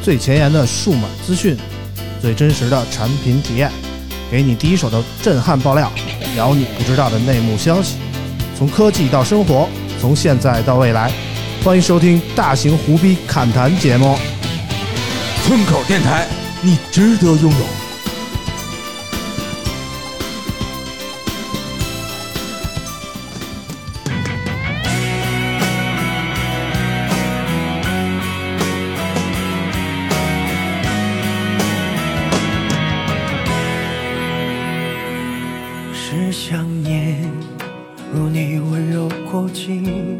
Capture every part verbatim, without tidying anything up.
最前沿的数码资讯，最真实的产品体验，给你第一手的震撼爆料，聊你不知道的内幕消息，从科技到生活，从现在到未来。欢迎收听大型胡逼侃谈节目。 村口电台，你值得拥有。 是想念，如你温柔过境，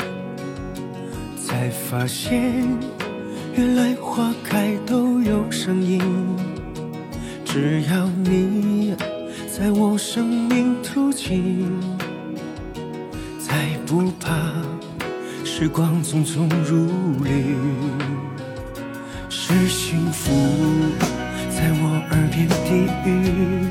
才发现原来花开都有声音。只要你在我生命途径，才不怕时光匆匆如旅。是幸福在我耳边低语，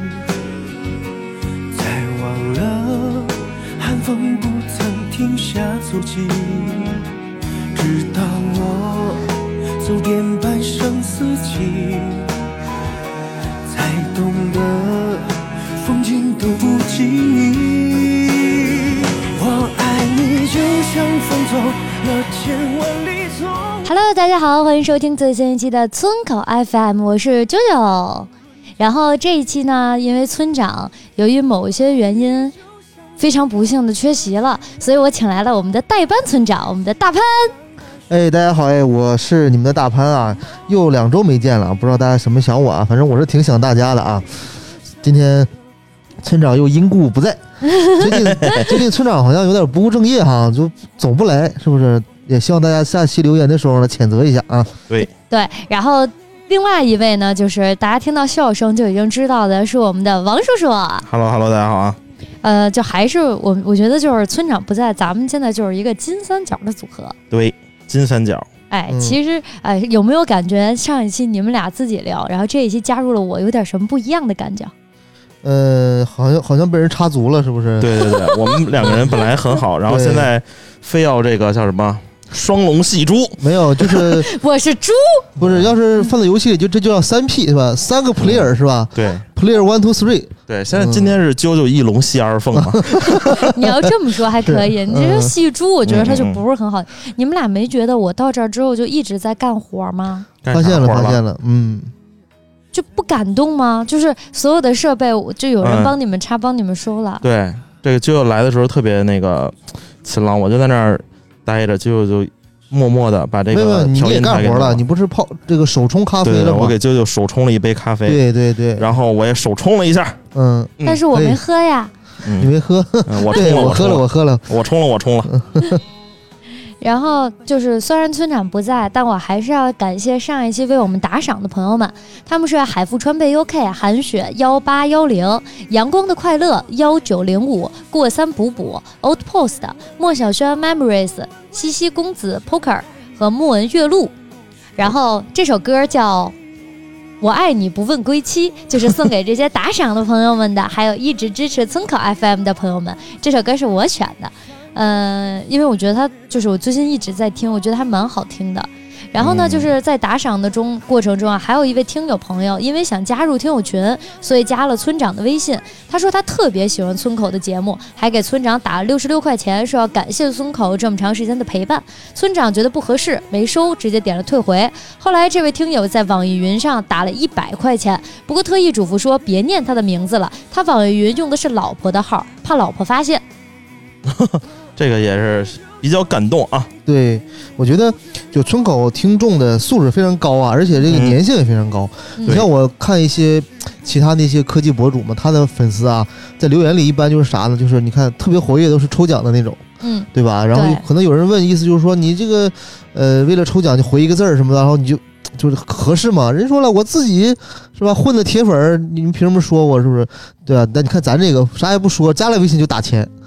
忘了寒风不曾停下足迹，直到我走遍半生四季，才懂得风景都不及你。我爱你就像风走了千万里从。 Hello， 大家好，欢迎收听最新一期的村口 F M， 我是啾啾。然后这一期呢，因为村长由于某一些原因非常不幸的缺席了，所以我请来了我们的代班村长，我们的大潘。 哎，大家好，哎，我是你们的大潘啊，又两周没见了，不知道大家什么想我啊？反正我是挺想大家的啊。今天村长又因故不在，最近最近村长好像有点不务正业哈，就总不来，是不是？也希望大家下期留言的时候呢，谴责一下啊。 对对，然后。另外一位呢，就是大家听到笑声就已经知道的是我们的王叔叔。 Hello Hello， 大家好啊。 呃，就还是我我觉得就是村长不在，咱们现在就是一个金三角的组合。 对，金三角。 哎，其实哎，有没有感觉上一期你们俩自己聊，然后这一期加入了我，有点什么不一样的感觉？ 呃，好像好像被人插足了，是不是？ 对对对，我们两个人本来很好，然后现在非要这个叫什么？双龙戏珠没有，就是我是猪， 不是，要是放在游戏里就这就叫三 P 是吧？三个 player 是吧？ 对 ，player one two three。 对，现在今天是啾啾一龙戏二凤嘛。 你要这么说还可以，你这个戏珠，我觉得它就不是很好。嗯嗯你们俩没觉得我到这儿之后就一直在干活吗？ 发现了，发现了，嗯。 就不感动吗？就是所有的设备，就有人帮你们插，嗯、帮你们收了。 对，这个啾啾来的时候特别那个勤劳，我就在那儿。待着就就默默的把这个调音台给干活了，你不是泡这个手冲咖啡了吗？ 我给啾啾手冲了一杯咖啡， 对对对， 然后我也手冲了一下， 嗯， 但是我没喝呀， 嗯、你没喝， 嗯、我冲了， 我喝了，我喝了， 我冲了，我冲了。 然后就是虽然村长不在，但我还是要感谢上一期为我们打赏的朋友们，他们是海富川贝 U K、韩雪幺八幺零、阳光的快乐幺九零五、过三补补、Old Post、莫小轩 Memories、西西公子 Poker 和木文月露。然后这首歌叫我爱你不问归期，就是送给这些打赏的朋友们的，还有一直支持村口 F M 的朋友们。这首歌是我选的。嗯、呃，因为我觉得它就是我最近一直在听，我觉得还蛮好听的。然后呢，就是在打赏的中过程中啊，还有一位听友朋友，因为想加入听友群，所以加了村长的微信。他说他特别喜欢村口的节目，还给村长打了六十六块钱，说要感谢村口这么长时间的陪伴。村长觉得不合适，没收，直接点了退回。后来这位听友在网易云上打了一百块钱，不过特意嘱咐说别念他的名字了，他网易云用的是老婆的号，怕老婆发现。 这个也是比较感动啊！ 对，我觉得就村口听众的素质非常高啊，而且这个粘性也非常高。嗯、你像我看一些其他那些科技博主嘛，他的粉丝啊，在留言里一般就是啥呢？就是你看特别活跃都是抽奖的那种，嗯，对吧？然后可能有人问，意思就是说你这个呃为了抽奖就回一个字儿什么的，然后你就就是合适吗？人说了，我自己是吧混的铁粉，你们凭什么说我是不是？对啊，那你看咱这个啥也不说，加了微信就打钱。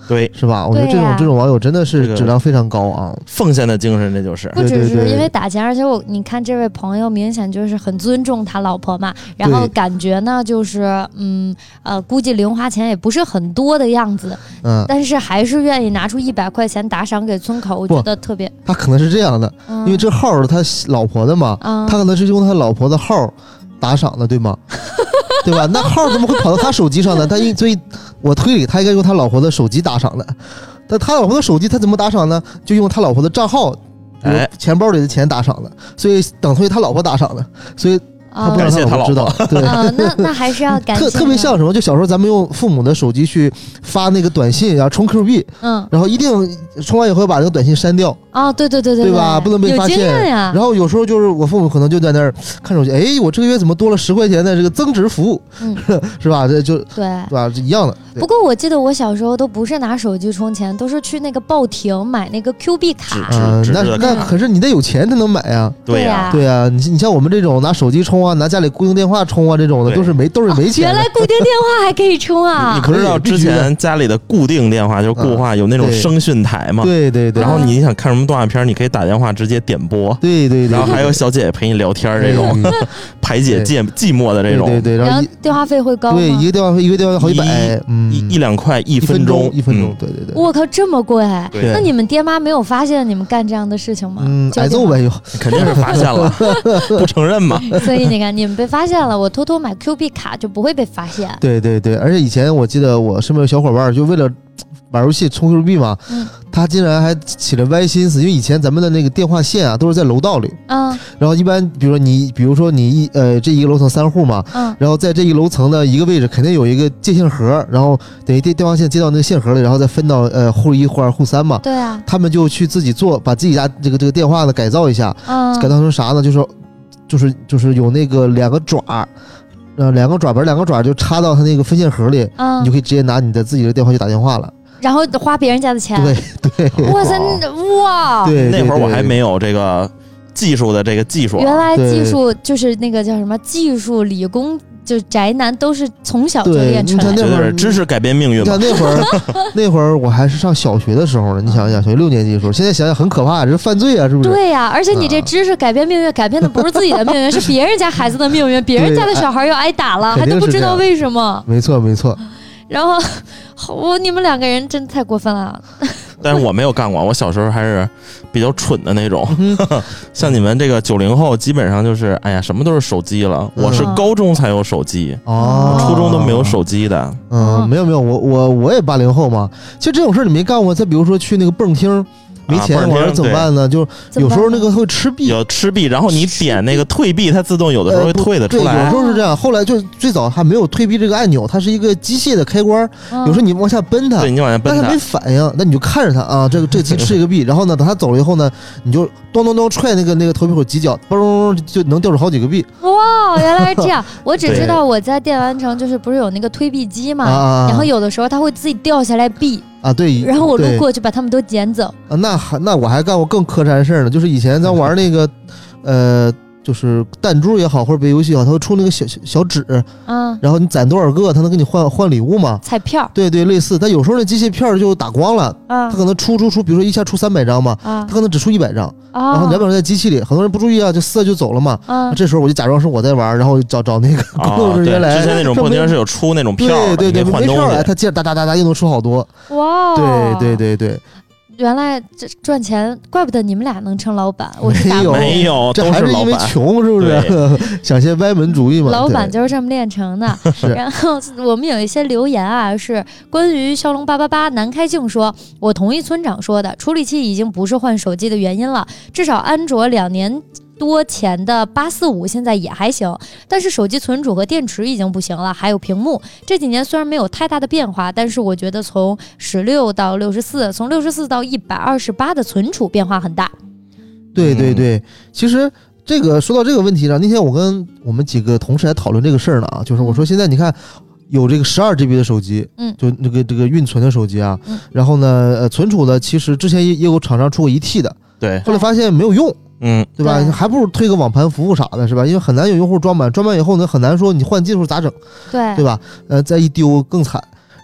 对， 是吧？我觉得这种、 啊、 这种网友真的是质量非常高啊， 奉献的精神，这就是不只是因为打钱，而且我你看这位朋友明显就是很尊重他老婆嘛，然后感觉呢就是嗯呃，估计零花钱也不是很多的样子，嗯，但是还是愿意拿出一百块钱打赏给村口，我觉得特别。 他可能是这样的，嗯、因为这号是他老婆的嘛，嗯、他可能是用他老婆的号打赏的，对吗？对吧？那号怎么会跑到他手机上呢？他因所以，我推理他应该用他老婆的手机打赏的。但他老婆的手机他怎么打赏呢？就用他老婆的账号，哎，钱包里的钱打赏的，所以等同于他老婆打赏的，所以。他不让他老婆知道，对， 哦、那那还是要感谢。 特特别像什么？就小时候咱们用父母的手机去发那个短信，然后充 Q 币，嗯，然后一定充完以后把那个短信删掉。 哦，对对对对， 对吧？不能被发现呀。 然后有时候就是我父母可能就在那儿看手机，哎，我这个月怎么多了十块钱的这个增值服务，嗯、是吧？这就对， 对吧？一样的。 不过我记得我小时候都不是拿手机充钱，都是去那个报亭买那个 Q 币卡。 啊，那那可是你得有钱才能买呀。 对呀， 对呀，你你像我们这种拿手机充啊，拿家里固定电话充啊，这种的都是没都是没钱、 啊。原来固定电话还可以充啊！ 你不知道之前家里的固定电话就是固话有那种声讯台吗？ 对对对。 然后你想看什么动画片，你可以打电话直接点播。 对对对。 然后还有小姐姐陪你聊天这种，排解寂寂寞的这种。 对对。 然后电话费会高吗？ 对，一个电话费一个电话费好几百， 一一两块一分钟， 一分钟。对对对。 我靠，这么贵！那你们爹妈没有发现你们干这样的事情吗？ 嗯，挨揍呗，又肯定是发现了，不承认嘛。 所以你看，你们被发现了，我偷偷买 Q 币卡就不会被发现。 对对对，而且以前我记得我身边有小伙伴就为了玩游戏充 Q 币嘛，嗯、他竟然还起了歪心思，因为以前咱们的那个电话线啊都是在楼道里，嗯，然后一般比如说你比如说你一呃这一个楼层三户嘛，嗯，然后在这一楼层的一个位置肯定有一个接线盒，然后等于电电话线接到那个线盒里，然后再分到呃户一户二户三嘛， 对啊， 他们就去自己做把自己家这个这个电话呢改造一下，嗯，改造成啥呢？就是就是就是有那个两个爪。呃，两个爪把两个爪就插到他那个分线盒里，嗯，你就可以直接拿你的自己的电话去打电话了， 然后花别人家的钱。 对对， 哇塞，哇！ 对， 那会儿我还没有这个技术的这个技术、啊。 原来技术就是那个叫什么技术理工，就宅男都是从小就练成的。 那会儿知识改变命运嘛。 你看那会儿，那会儿我还是上小学的时候呢。你想想，小学六年级的时候，现在想想很可怕，这是犯罪啊，是不是？ 对呀、啊，而且你这知识改变命运，改变的不是自己的命运，是别人家孩子的命运，别人家的小孩要挨打了，还都不知道为什么。 没错，没错。 然后我你们两个人真的太过分了。 但是我没有干过，我小时候还是比较蠢的那种。像你们这个九零后，基本上就是哎呀，什么都是手机了。我是高中才有手机，哦，初中都没有手机的。 嗯，没有没有，我我我也八零后嘛。其实这种事你没干过，再比如说去那个蹦厅。没钱玩怎么办呢？就有时候那个会吃币， 有吃币，然后你点那个退币，它自动有的时候会退的出来。 对，有时候是这样。后来就最早还没有退币这个按钮，它是一个机械的开关。有时候你往下奔它， 对，你往下奔它， 但它没反应，那你就看着它啊，这个这吃一个币，然后呢，等它走了以后呢，你就咚咚咚踹那个那个投币口几脚，嘣就能掉出好几个币。 哇，原来是这样！我只知道我在电玩城就是不是有那个推币机嘛，然后有的时候它会自己掉下来币。 啊，对， 然后我路过就把他们都捡走。 啊，那还那我还干过更磕碜事儿呢，就是以前咱玩那个，呃，就是弹珠也好，或者别的游戏也好，它会出那个小小小纸，嗯，然后你攒多少个，它能给你换换礼物嘛？ 彩票。 对对，类似。但有时候那机械片就打光了，嗯，它可能出出出，比如说一下出三百张嘛，嗯，它可能只出一百张，哦，然后两百张在机器里，很多人不注意啊，就撕了就走了嘛。嗯，这时候我就假装是我在玩，然后找找那个工作人员来。 之前那种蹦迪是有出那种票， 对对对， 没票来，他接着哒哒哒哒又能出好多。 哇， 对对对对。 原来这赚钱，怪不得你们俩能成老板。我是没有没有， 这还是因为穷，是不是？想些歪门主义嘛。 老板就是这么练成的。然后我们有一些留言啊，是关于骁龙八八八南开静说，我同意村长说的，处理器已经不是换手机的原因了，至少安卓两年多前的八四五现在也还行，但是手机存储和电池已经不行了，还有屏幕。这几年虽然没有太大的变化，但是我觉得从十六到六十四，从六十四到一百二十八的存储变化很大。 对对对，其实这个说到这个问题上，那天我跟我们几个同事还讨论这个事儿呢啊，就是我说现在你看有这个十二 G B 的手机，嗯，就那个这个运存的手机啊，嗯，然后呢，呃，存储的其实之前也有厂商出过一 T 的， 对， 后来发现没有用。嗯，对吧？对，还不如推个网盘服务啥的，是吧？因为很难有用户装满，装满以后呢，很难说你换技术咋整， 对， 对吧？呃，再一丢更惨。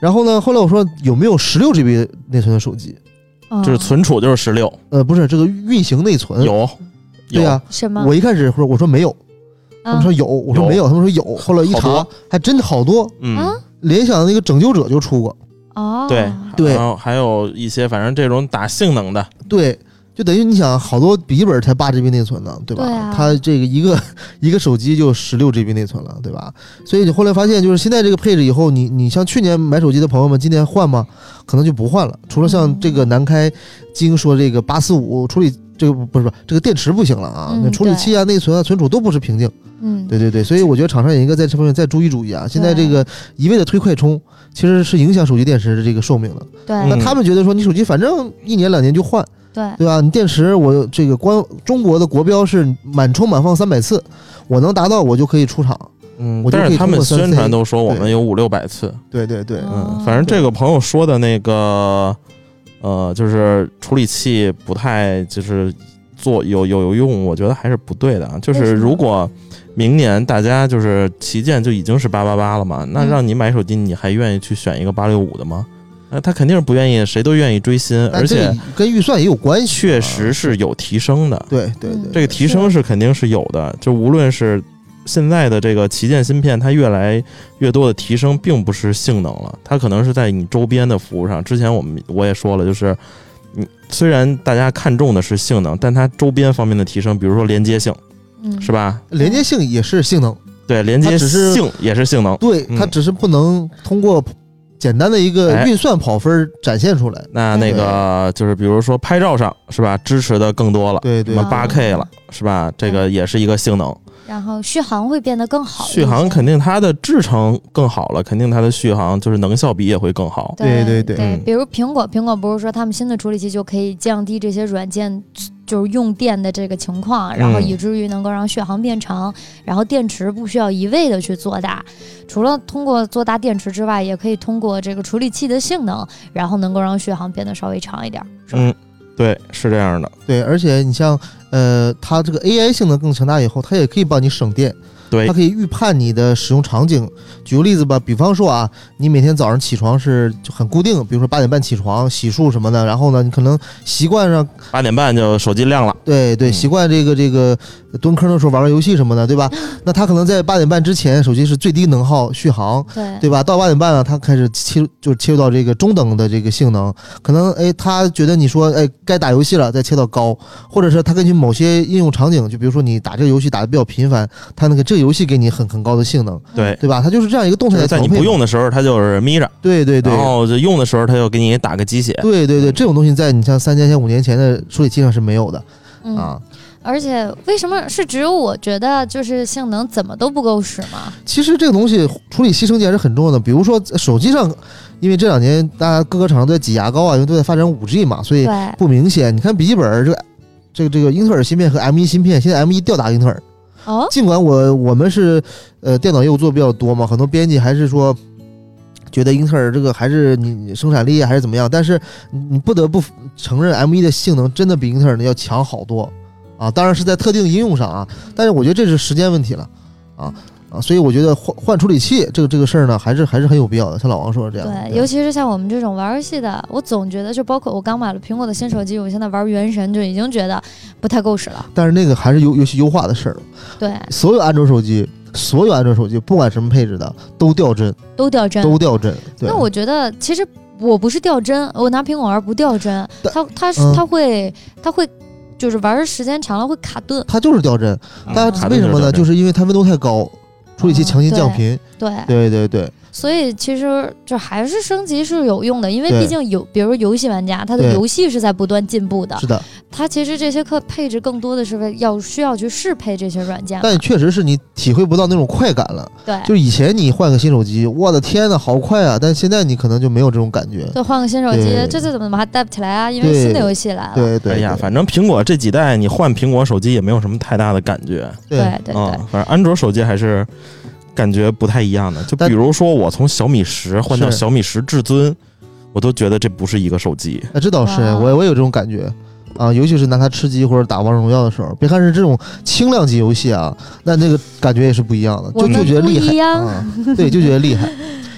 然后呢，后来我说有没有十六 G B 内存的手机？ 就是存储就是十六， 呃，不是这个运行内存有， 对呀、啊， 什么？ 我一开始说我说没有，他们说有，我说没有，他们说有，后来一查还真的好多， 嗯， 联想的那个拯救者就出过， 哦， 对对， 然后还有一些反正这种打性能的， 对。就等于你想，好多笔记本才八 G B 内存呢，对吧？ 对啊、 它这个一个一个手机就十六 G B 内存了，对吧？所以你后来发现，就是现在这个配置以后，你你像去年买手机的朋友们，今年换吗？可能就不换了。除了像这个南开京说这个八四五处理这个不是不是这个电池不行了啊，那、嗯、处理器啊、内存啊、存储都不是瓶颈。 嗯， 对对对，所以我觉得厂商也应该在这方面再注意注意啊。现在这个一味的推快充，其实是影响手机电池的这个寿命的。 对， 那他们觉得说你手机反正一年两年就换。 对对吧？你电池我这个光中国的国标是满充满放三百次，我能达到我就可以出厂。 嗯， 我就可以但是他们宣传都说我们有五六百次。 对对对， 嗯，反正这个朋友说的那个，呃，就是处理器不太就是做有有有用，我觉得还是不对的啊。就是如果明年大家就是旗舰就已经是八八八了嘛，那让你买手机，你还愿意去选一个八六五的吗？那他肯定是不愿意，谁都愿意追新，而且跟预算也有关系， 确实是有提升的。 对对对， 这个提升是肯定是有的。就无论是现在的这个旗舰芯片，它越来越多的提升，并不是性能了，它可能是在你周边的服务上。之前我们我也说了，就是你虽然大家看重的是性能，但它周边方面的提升，比如说连接性，嗯，是吧？ 连接性也是性能， 对，连接性也是性能， 对，它只是不能通过简单的一个运算跑分展现出来、哎、 那那个就是比如说拍照上是吧，支持的更多了， 对对， 什么 八 K 了、哦、是吧，这个也是一个性能， 然后续航会变得更好， 续航肯定它的制程更好了，肯定它的续航就是能效比也会更好， 对对对对、嗯、比如苹果苹果不是说他们新的处理器就可以降低这些软件就是用电的这个情况，然后以至于能够让续航变长、嗯、然后电池不需要一味的去做大，除了通过做大电池之外，也可以通过这个处理器的性能，然后能够让续航变得稍微长一点，是吧？ 嗯，对，是这样的。 对，而且你像呃，它这个 A I 性能更强大以后，它也可以帮你省电。 对， 它可以预判你的使用场景。举个例子吧，比方说啊，你每天早上起床是就很固定，比如说八点半起床洗漱什么的，然后呢，你可能习惯上八点半就手机亮了。 对对，习惯这个这个蹲坑的时候玩玩游戏什么的，对吧？那它可能在八点半之前，手机是最低能耗续航， 对对吧？到八点半了，它开始切就切入到这个中等的这个性能，可能哎，它觉得你说哎该打游戏了，再切到高，或者是它根据某些应用场景，就比如说你打这个游戏打得比较频繁，它那个这个游戏给你很很高的性能， 对对吧？它就是这样一个动态的调配。 在你不用的时候，它就是眯着， 对对对， 然后就用的时候，它就给你打个鸡血。 对对对，这种东西在你像三年前、五年前的处理器上是没有的、 嗯、 啊。 而且为什么是只有我觉得就是性能怎么都不够使吗？ 其实这个东西处理器升级还是很重要的。比如说手机上，因为这两年大家各个厂商都在挤牙膏啊，因为都在发展 五 G 嘛，所以不明显。你看笔记本这个这个这个英特尔芯片和 M 一 芯片，现在 M 一 吊打英特尔。 哦， 尽管我我们是呃电脑业务做的比较多嘛，很多编辑还是说觉得英特尔这个还是你生产力还是怎么样，但是你不得不承认 M 一 的性能真的比英特尔的要强好多啊，当然是在特定应用上啊，但是我觉得这是时间问题了啊。啊，所以我觉得换换处理器这个这个事儿呢，还是还是很有必要的。像老王说的这样， 对，对尤其是像我们这种玩游戏的，我总觉得就包括我刚买了苹果的新手机，我现在玩原神就已经觉得不太够使了。 但是那个还是游游戏优化的事儿。 对， 所有安卓手机，所有安卓手机，不管什么配置的，都掉帧， 都掉帧， 都掉帧。 那我觉得其实我不是掉帧，我拿苹果玩不掉帧，它它嗯它会它会。就是玩时间长了会卡顿， 它就是掉帧。但嗯、 为什么呢？就是因为它温度太高。处理器强行降频、 嗯， 对对对对， 所以其实就还是升级是有用的，因为毕竟有，比如游戏玩家，他的游戏是在不断进步的， 是的， 他其实这些课配置更多的是为要需要去适配这些软件， 但确实是你体会不到那种快感了。 对， 就以前你换个新手机，我的天呐，好快啊！但现在你可能就没有这种感觉。 对，换个新手机，这次怎么怎么还带不起来啊？因为新的游戏来了。 对 对, 对, 对，哎呀，反正苹果这几代你换苹果手机也没有什么太大的感觉。 对对对， 嗯，反正安卓手机还是。感觉不太一样的，就比如说我从小米十换到小米十至尊，我都觉得这不是一个手机。 啊，这倒是，我我有这种感觉啊，尤其是拿它吃鸡或者打王者荣耀的时候，别看是这种轻量级游戏啊，那那个感觉也是不一样的，就就觉得厉害啊，对，就觉得厉害。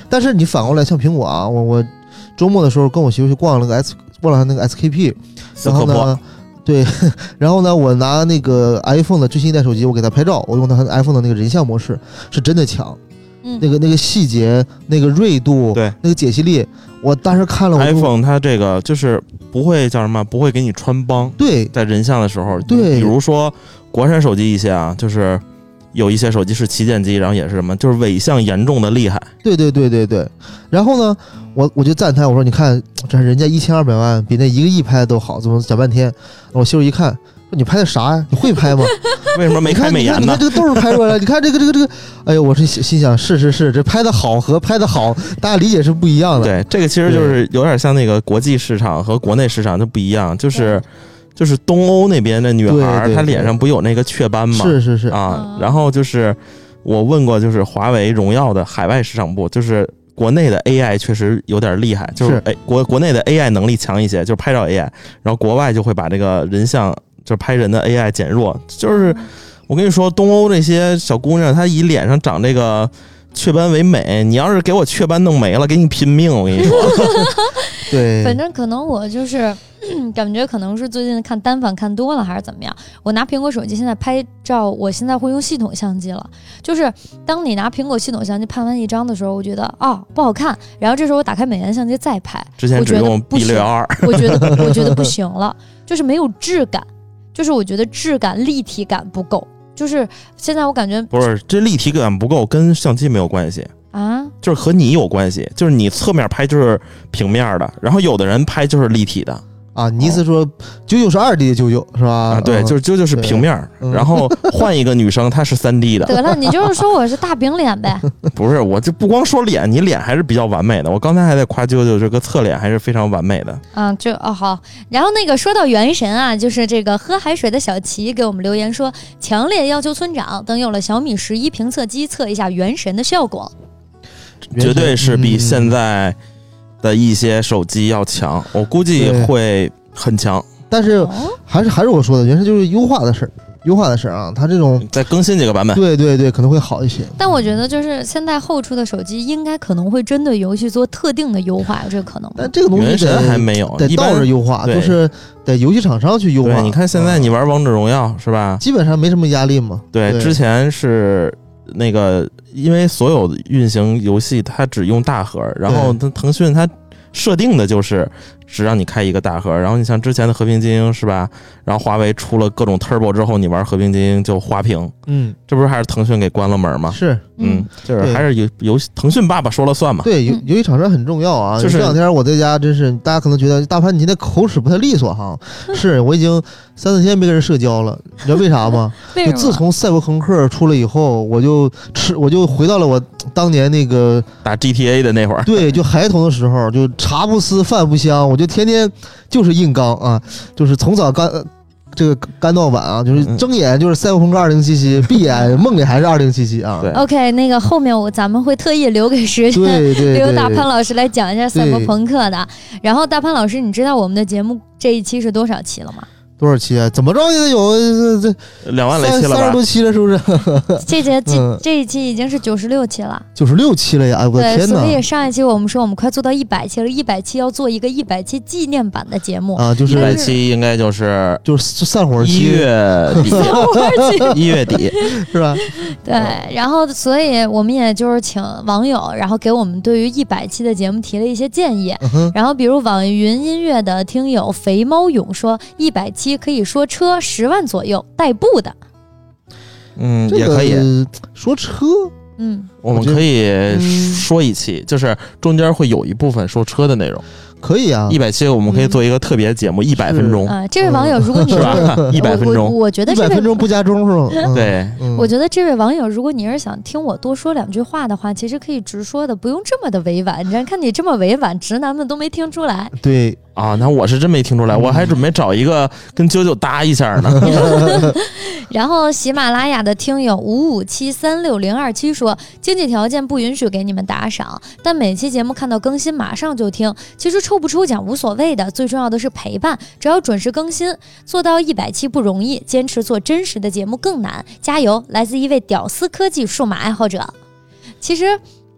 但是你反过来像苹果啊，我我周末的时候跟我媳妇去逛了个 S， 逛了那个 S K P， 然后呢，对，然后呢，我拿那个 iPhone 的最新一代手机，我给它拍照，我用它 iPhone 的那个人像模式，是真的强。嗯、那个那个细节，那个锐度， 对， 那个解析力，我当时看了我。 iPhone 它这个就是不会叫什么，不会给你穿帮。 对， 在人像的时候， 对， 比如说国产手机一些啊，就是有一些手机是旗舰机，然后也是什么，就是伪象严重的厉害。 对对对对对。然后呢，我我就赞叹，我说你看，这人家一千二百万比那一个亿拍的都好，怎么讲半天？我媳妇一看，说你拍的啥呀？你会拍吗？ 为什么没开美颜呢？ 你看这个豆儿拍出来了，你看这个这个这个，哎呦，我是心想，是是是，这拍的好和拍的好，大家理解是不一样的。 对，这个其实就是有点像那个国际市场和国内市场就不一样，就是就是东欧那边的女孩，她脸上不有那个雀斑吗？ 是是是啊，然后就是我问过，就是华为、荣耀的海外市场部，就是国内的 A I 确实有点厉害，就是哎国国内的 A I 能力强一些，就是拍照 A I， 然后国外就会把这个人像。就是拍人的 A I 减弱，就是我跟你说，东欧这些小姑娘，她以脸上长这个雀斑为美，你要是给我雀斑弄没了，给你拼命！我跟你说， 对， 反正可能我就是、嗯、感觉可能是最近看单反看多了，还是怎么样。我拿苹果手机现在拍照，我现在会用系统相机了。就是当你拿苹果系统相机拍完一张的时候，我觉得哦不好看，然后这时候我打开美颜相机再拍， 之前只用 B 六幺二， 我觉得我觉得不行了，就是没有质感。就是我觉得质感立体感不够，就是现在我感觉不是这立体感不够，跟相机没有关系啊， 就是和你有关系，就是你侧面拍就是平面的，然后有的人拍就是立体的啊。你意思说九九是二 D 的九九是吧？ 啊，对，就是九九是平面，嗯、然后换一个女生她是三 D 的。 得了，你就是说我是大饼脸呗？ 不是，我就不光说脸，你脸还是比较完美的。我刚才还在夸啾啾这个侧脸还是非常完美的。 啊，就哦好。然后那个说到元神啊，就是这个喝海水的小齐给我们留言说，强烈要求村长等有了小米十一评测机测一下元神的效果， 绝对是比现在的一些手机要强，我估计会很强。 但是还是还是我说的，元神就是优化的事儿，优化的事儿啊，它这种再更新几个版本， 对对对，可能会好一些。 但我觉得就是现在后出的手机应该可能会针对游戏做特定的优化，有这个可能吗？ 但这个东西元神还没有， 得倒着优化，就是得游戏厂商去优化。 你看现在你玩王者荣耀、嗯、是吧？ 基本上没什么压力嘛。 对，对之前是那个，因为所有运行游戏它只用大核，然后它腾讯它设定的就是只让你开一个大核，然后你像之前的和平精英是吧？然后华为出了各种 Turbo 之后，你玩和平精英就滑屏，嗯，这不是还是腾讯给关了门吗？ 是， 嗯，就是还是游游戏腾讯爸爸说了算嘛。 对，游游戏厂商很重要啊。就是这两天我在家，真是大家可能觉得大潘你今天口齿不太利索哈，是我已经三四天没跟人社交了，你知道为啥吗？ 为什么？ 就自从赛博朋克出了以后，我就吃我就回到了我当年那个打 G T A 的那会儿， 对，就孩童的时候，就茶不思饭不香，我就天天就是硬刚啊，就是从早干。这个干到晚啊，就是睁眼就是赛博朋克二零七七，闭眼梦里还是二零七七啊。 对 ，OK， 那个后面我咱们会特意留给时间，留大潘老师来讲一下赛博朋克的。然后大潘老师，你知道我们的节目这一期是多少期了吗？ 多少期啊？怎么着也得有这两万来期了吧？ 三十多期了，是不是？ 这节这、嗯、这一期已经是九十六期了， 九十六期了呀！哎，我的天哪！ 所以上一期我们说我们快做到一百期了，一百期要做一个一百期纪念版的节目啊，就是一百期应该就是就是散伙期， 一月底，一月底是吧？ 对，然后所以我们也就是请网友，然后给我们对于一百期的节目提了一些建议，嗯、然后比如网易云音乐的听友肥猫勇说，一百期可以说车十万左右代步的， 嗯，也可以说车， 嗯， 我们可以说一期，就是中间会有一部分说车的内容。 可以啊， 一百期我们可以做一个特别节目，一百分钟啊。这位网友，如果你是一百分钟， 我觉得一百分钟不加钟是吧？对， 我觉得这位网友，如果你是想听我多说两句话的话，其实可以直说的，不用这么的委婉。你看，看你这么委婉，直男们都没听出来。 对啊，那我是真没听出来，我还准备找一个跟九九搭一下呢。 然后喜马拉雅的听友五五七三六零二七说，经济条件不允许给你们打赏，但每期节目看到更新马上就听。其实抽不抽奖无所谓的，最重要的是陪伴，只要准时更新，做到一百期不容易，坚持做真实的节目更难，加油！来自一位屌丝科技数码爱好者。其实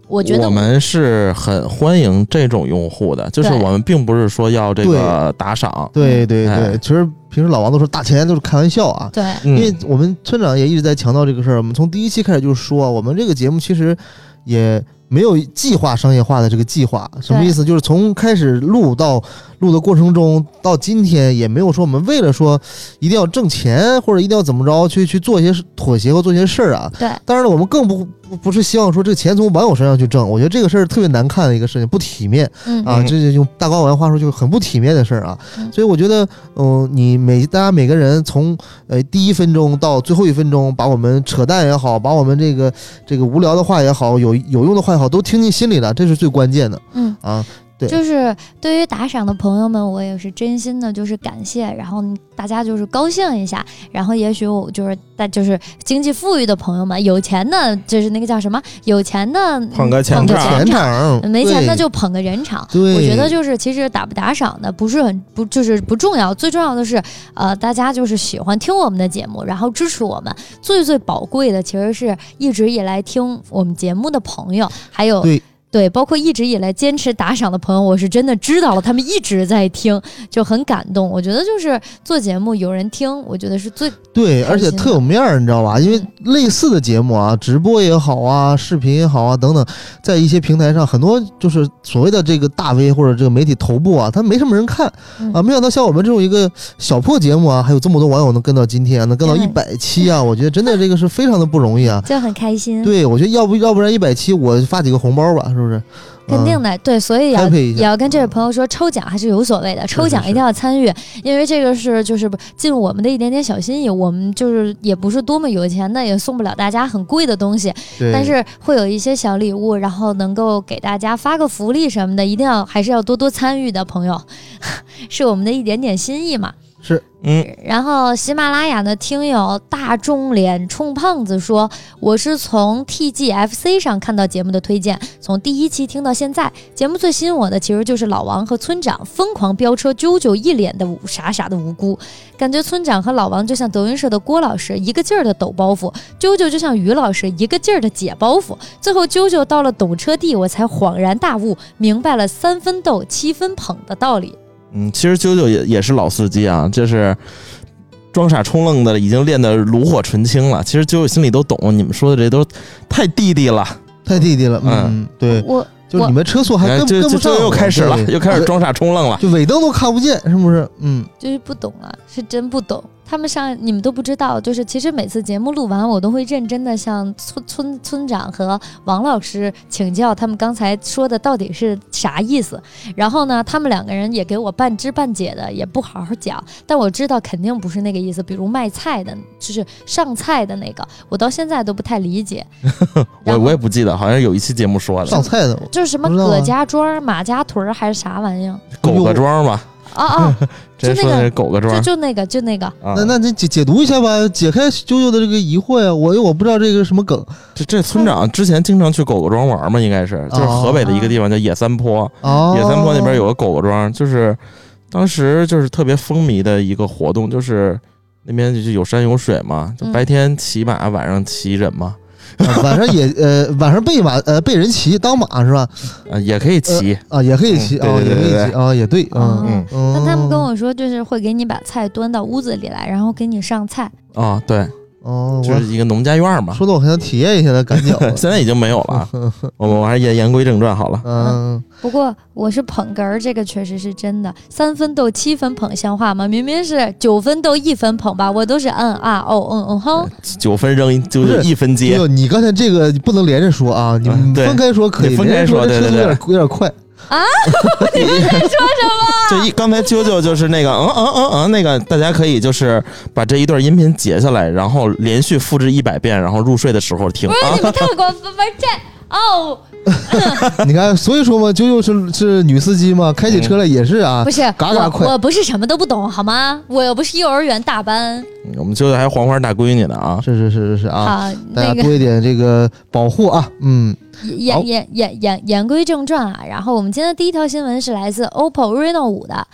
我觉得我们是很欢迎这种用户的，就是我们并不是说要这个打赏。 对对对， 哎、 其实平时老王都说打钱都是开玩笑啊。 对， 因为我们村长也一直在强调这个事儿。我们从第一期开始就说，我们这个节目其实也没有计划商业化的这个计划。什么意思？就是从开始录到录的过程中到今天，也没有说我们为了说一定要挣钱或者一定要怎么着去去做一些妥协或做一些事儿啊。 对， 当然了，我们更不不不是希望说这个钱从网友身上去挣。我觉得这个事儿特别难看的一个事情，不体面。 嗯啊，这就用大睾丸话说就是很不体面的事儿啊。 嗯、 所以我觉得，嗯、呃，你每大家每个人从呃第一分钟到最后一分钟，把我们扯淡也好，把我们这个这个无聊的话也好，有有用的话也好，都听进心里了，这是最关键的。 嗯啊。对， 就是对于打赏的朋友们，我也是真心的，就是感谢，然后大家就是高兴一下，然后也许我就是大就是经济富裕的朋友们，有钱的就是那个叫什么，有钱的捧个钱场， 没钱的就捧个人场。我觉得就是其实打不打赏的不是很不就是不重要，最重要的是呃大家就是喜欢听我们的节目，然后支持我们。最最宝贵的其实是一直以来听我们节目的朋友，还有对。 对，包括一直以来坚持打赏的朋友，我是真的知道了，他们一直在听，就很感动。我觉得就是做节目有人听，我觉得是最对，而且特有面儿，你知道吧？因为类似的节目啊，直播也好啊，视频也好啊，等等，在一些平台上，很多就是所谓的这个大 V 或者这个媒体头部啊，他没什么人看啊。没想到像我们这种一个小破节目啊，还有这么多网友能跟到今天，能跟到一百期啊，我觉得真的这个是非常的不容易啊， 就很开心。 对，我觉得要不要不然一百期我发几个红包吧。是不是？ 肯定的，对，所以要也要跟这位朋友说，抽奖还是有所谓的，抽奖一定要参与，因为这个是就是尽我们的一点点小心意，我们就是也不是多么有钱的，也送不了大家很贵的东西，但是会有一些小礼物，然后能够给大家发个福利什么的，一定要还是要多多参与的朋友，是我们的一点点心意嘛。 是， 嗯， 然后喜马拉雅的听友大众脸冲胖子说，我是从 T G F C 上看到节目的推荐，从第一期听到现在，节目最吸引我的其实就是老王和村长疯狂飙车，啾啾一脸的傻傻的无辜，感觉村长和老王就像德云社的郭老师，一个劲儿的抖包袱，啾啾就像于老师，一个劲儿的解包袱，最后啾啾到了懂车帝，我才恍然大悟，明白了三分逗七分捧的道理。 嗯，其实啾啾也也是老司机啊，就是装傻充愣的，已经练得炉火纯青了。其实啾啾心里都懂，你们说的这都太弟弟了， 太弟弟了。嗯，嗯对， 我就你们车速还跟就跟不上， 就又开始了，又开始装傻充愣了， 就尾灯都看不见，是不是？嗯， 就是不懂啊，是真不懂。他们上你们都不知道，就是其实每次节目录完，我都会认真的向村村村长和王老师请教他们刚才说的到底是啥意思。然后呢，他们两个人也给我半知半解的，也不好好讲，但我知道肯定不是那个意思。比如卖菜的，就是上菜的那个，我到现在都不太理解。 我我也不记得，好像有一期节目说的上菜的， 就是什么葛家庄、马家屯还是啥玩意儿？ 狗个庄吧。 啊啊，就那个狗个庄， 就就那个就那个， 啊、 那那你解解读一下吧，解开啾啾的这个疑惑呀、啊。我因为我不知道这个什么梗。 这这村长之前经常去狗个庄玩嘛，应该是就是河北的一个地方叫野三坡， 哦、 野三坡那边有个狗个庄，就是当时就是特别风靡的一个活动，就是那边就是有山有水嘛，就白天骑马，晚上骑人嘛。 啊、晚上也呃晚上被马呃被人骑当马是吧？ 啊也可以骑、 呃、啊也可以骑啊、嗯、也可以骑啊也对嗯嗯嗯。那他们跟我说就是会给你把菜端到屋子里来，然后给你上菜。 啊对。 哦， 就是一个农家院嘛， 说的我很想体验一下的感觉。 现在已经没有了，我们还是言言归正传好了。 嗯，不过我是捧哏儿，这个确实是真的。三分逗七分捧像话吗？明明是九分逗一分捧吧，我都是嗯啊哦嗯嗯哼。 九分扔就是一分接。 你刚才这个不能连着说啊，你们分开说可以， 分开说，对对对， 有点有点快。 啊！你们在说什么？ 就一刚才啾啾就是那个嗯嗯嗯嗯那个，大家可以就是把这一段音频截下来，然后连续复制一百遍，然后入睡的时候听。 不是你们太过分了，这哦。 你看，所以说嘛，啾啾是是女司机嘛，开起车来也是啊， 不是嘎嘎快。 我, 我不是什么都不懂好吗？我又不是幼儿园大班。 我们啾啾还黄花大闺女呢啊！ 是是是是是啊！ 好， 大家多一点这个保护啊，嗯。 言言言言言归正传啊，然后我们今天的第一条新闻是来自 O P P O Reno 五的。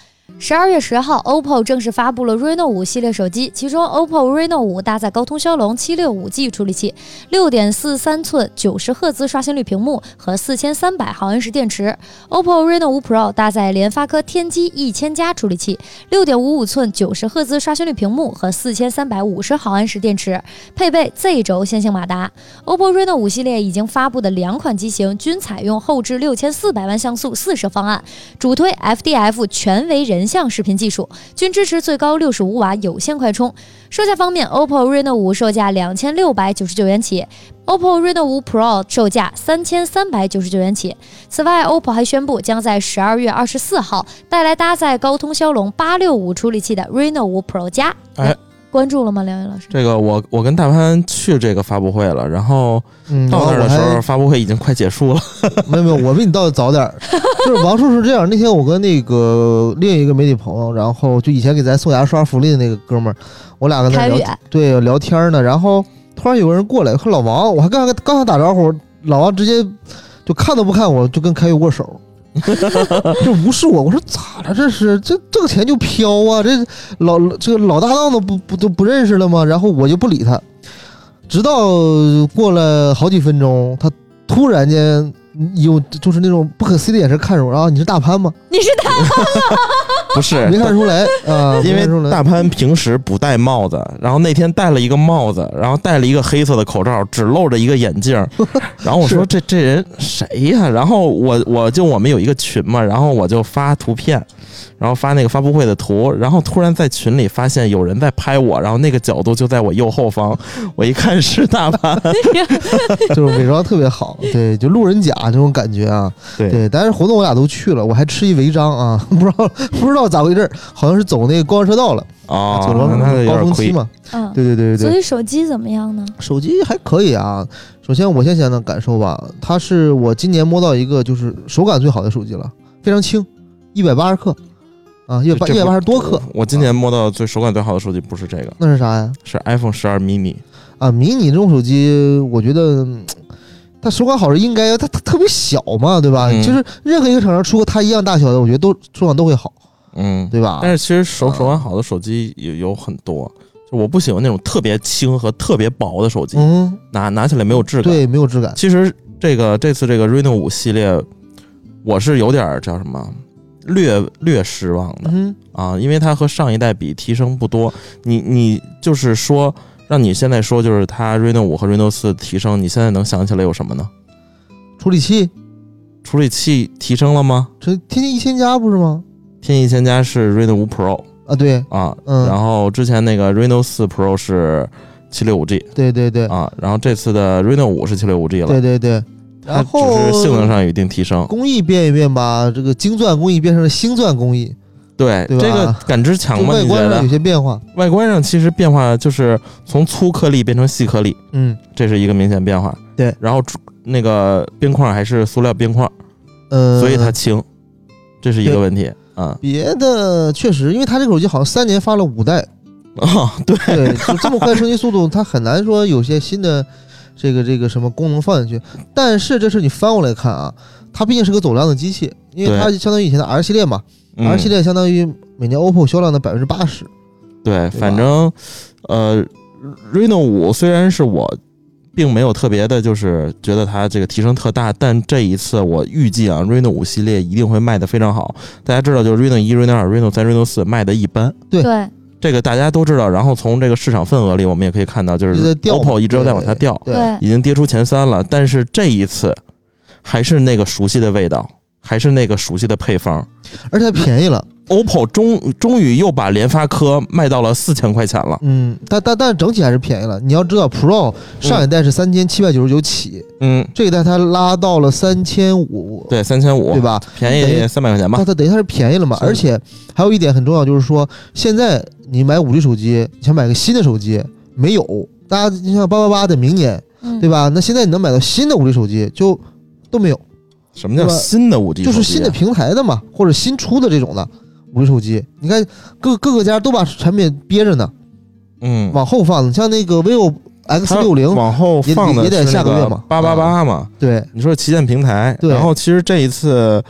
十二月十号 O P P O 正式发布了 Reno 五系列手机，其中 O P P O Reno 五搭载高通骁龙 七六五 G 处理器， 六点四三寸九十赫兹刷新率屏幕和四千三百毫安时电池。 O P P O Reno 五 Pro 搭载联发科天玑一千加处理器， 六点五五寸九十赫兹刷新率屏幕和四千三百五十毫安时电池，配备 Z 轴线性马达。 O P P O Reno 五系列已经发布的两款机型均采用后置六千四百万像素四摄方案，主推 F D F 全为人像视频技术，均支持最高六十五瓦有线快充。售价方面 ，O P P O Reno 五售价两千六百九十九元起 ，O P P O Reno 五 Pro 售价三千三百九十九元起。此外 ，O P P O 还宣布将在十二月二十四号带来搭载高通骁龙八六五处理器的 Reno 五 Pro 加。 哎， 关注了吗，梁云老师？ 这个我我跟大潘去这个发布会了，然后嗯， 到那儿的时候， 然后我还发布会已经快结束了。 没有没有，我比你到的早点儿。就是王叔是这样，那天我跟那个另一个媒体朋友，然后就以前给咱送牙刷福利的那个哥们儿，我俩跟他聊，对聊天呢，然后突然有个人过来，说老王，我还刚刚想打招呼，老王直接就看都不看我，就跟开宇握手。就无视我，我说咋了？这是这这个钱就飘啊！这老这个老搭档都不不都不认识了吗？然后我就不理他，直到过了好几分钟，他突然间有就是那种不可思议的眼神看着我，啊，你是大潘吗？ 你是大潘吗？ 不是， 没看出来啊， 因为大潘平时不戴帽子，然后那天戴了一个帽子，然后戴了一个黑色的口罩，只露着一个眼镜。然后我说这这人谁呀？然后我我就我们有一个群嘛，然后我就发图片，然后发那个发布会的图，然后突然在群里发现有人在拍我，然后那个角度就在我右后方，我一看是大潘， 就是伪装特别好，对，就路人甲这种感觉啊， 对对。但是活动我俩都去了，我还吃一违章啊，不知道不知道咋回事，好像是走那个光车道了啊， 走了高峰期嘛， 嗯， 对对对对对。 所以手机怎么样呢？ 手机还可以啊。首先我先讲讲感受吧，它是我今年摸到一个就是手感最好的手机了，非常轻，一百八十克。啊，一百八一百八十多克。 我今年摸到最手感最好的手机不是这个， 那是啥呀？ 是 iPhone 十二 mini 啊。mini 这种手机，我觉得它手感好是应该，它它特别小嘛，对吧？嗯、就是任何一个厂商出个它一样大小的，我觉得都手感都会好， 嗯， 对吧？ 但是其实手手感好的手机有有很多，就我不喜欢那种特别轻和特别薄的手机，嗯，拿拿起来没有质感， 对，没有质感。 其实这个这次这个 Reno 五系列，我是有点叫什么？略略失望的、嗯、啊，因为它和上一代比提升不多。你你就是说，让你现在说，就是它 Reno 五和 Reno 四提升，你现在能想起来有什么呢？ 处理器， 处理器提升了吗？ 这天玑一千加不是吗？ 天玑一千加是 Reno 五 Pro 啊，对啊，嗯，然后之前那个 Reno 四 Pro 是 七六五 G， 对对对啊，然后这次的 Reno 五是 七六五 G 了， 对对对。然后只是性能上有一定提升， 工艺变一变吧，这个晶钻工艺变成了星钻工艺， 对， 对这个感知强吗？ 外观上有些变化， 外观上其实变化就是从粗颗粒变成细颗粒， 嗯， 这是一个明显变化。 对， 然后那个边框还是塑料边框， 呃， 所以它轻，这是一个问题啊。 别的确实，因为它这个手机好像三年发了五代啊，对对，就这么快升级速度，它很难说有些新的。这个这个什么功能放进去，但是这是你翻过来看啊，它毕竟是个走量的机器，因为它相当于以前的 R 系列嘛、嗯、，R 系列相当于每年 O P P O 销量的百分之八十。 对，反正呃 ，Reno 五虽然是我并没有特别的，就是觉得它这个提升特大，但这一次我预计啊 ，Reno 五系列一定会卖得非常好。大家知道，就是 Reno 一、Reno 二、Reno 三、Reno 四卖的一般。 对。 对这个大家都知道，然后从这个市场份额里，我们也可以看到，就是 O P P O 一直在往下掉， 对， 已经跌出前三了。但是这一次还是那个熟悉的味道，还是那个熟悉的配方， 而且便宜了。 O P P O 终终于又把联发科卖到了四千块钱了。 嗯，但但但整体还是便宜了。你要知道 ，Pro 上一代是三千七百九十九起，嗯，这一代它拉到了三千五， 对，三千五， 对吧？ 便宜三百块钱吧。 它它等于它是便宜了嘛？而且还有一点很重要，就是说现在你买五 G 手机，你想买个新的手机没有？大家你像八八八的明年，嗯、对吧？那现在你能买到新的五 G 手机就都没有。 什么叫新的五 G 手机、啊？ 就是新的平台的嘛，或者新出的这种的。五 G 手机，你看各各个家都把产品憋着呢， 嗯， 往后放的，像那个 vivo X 六十往后放的也得下个月嘛， 八八八嘛， 对， 你说旗舰平台， 对， 然后其实这一次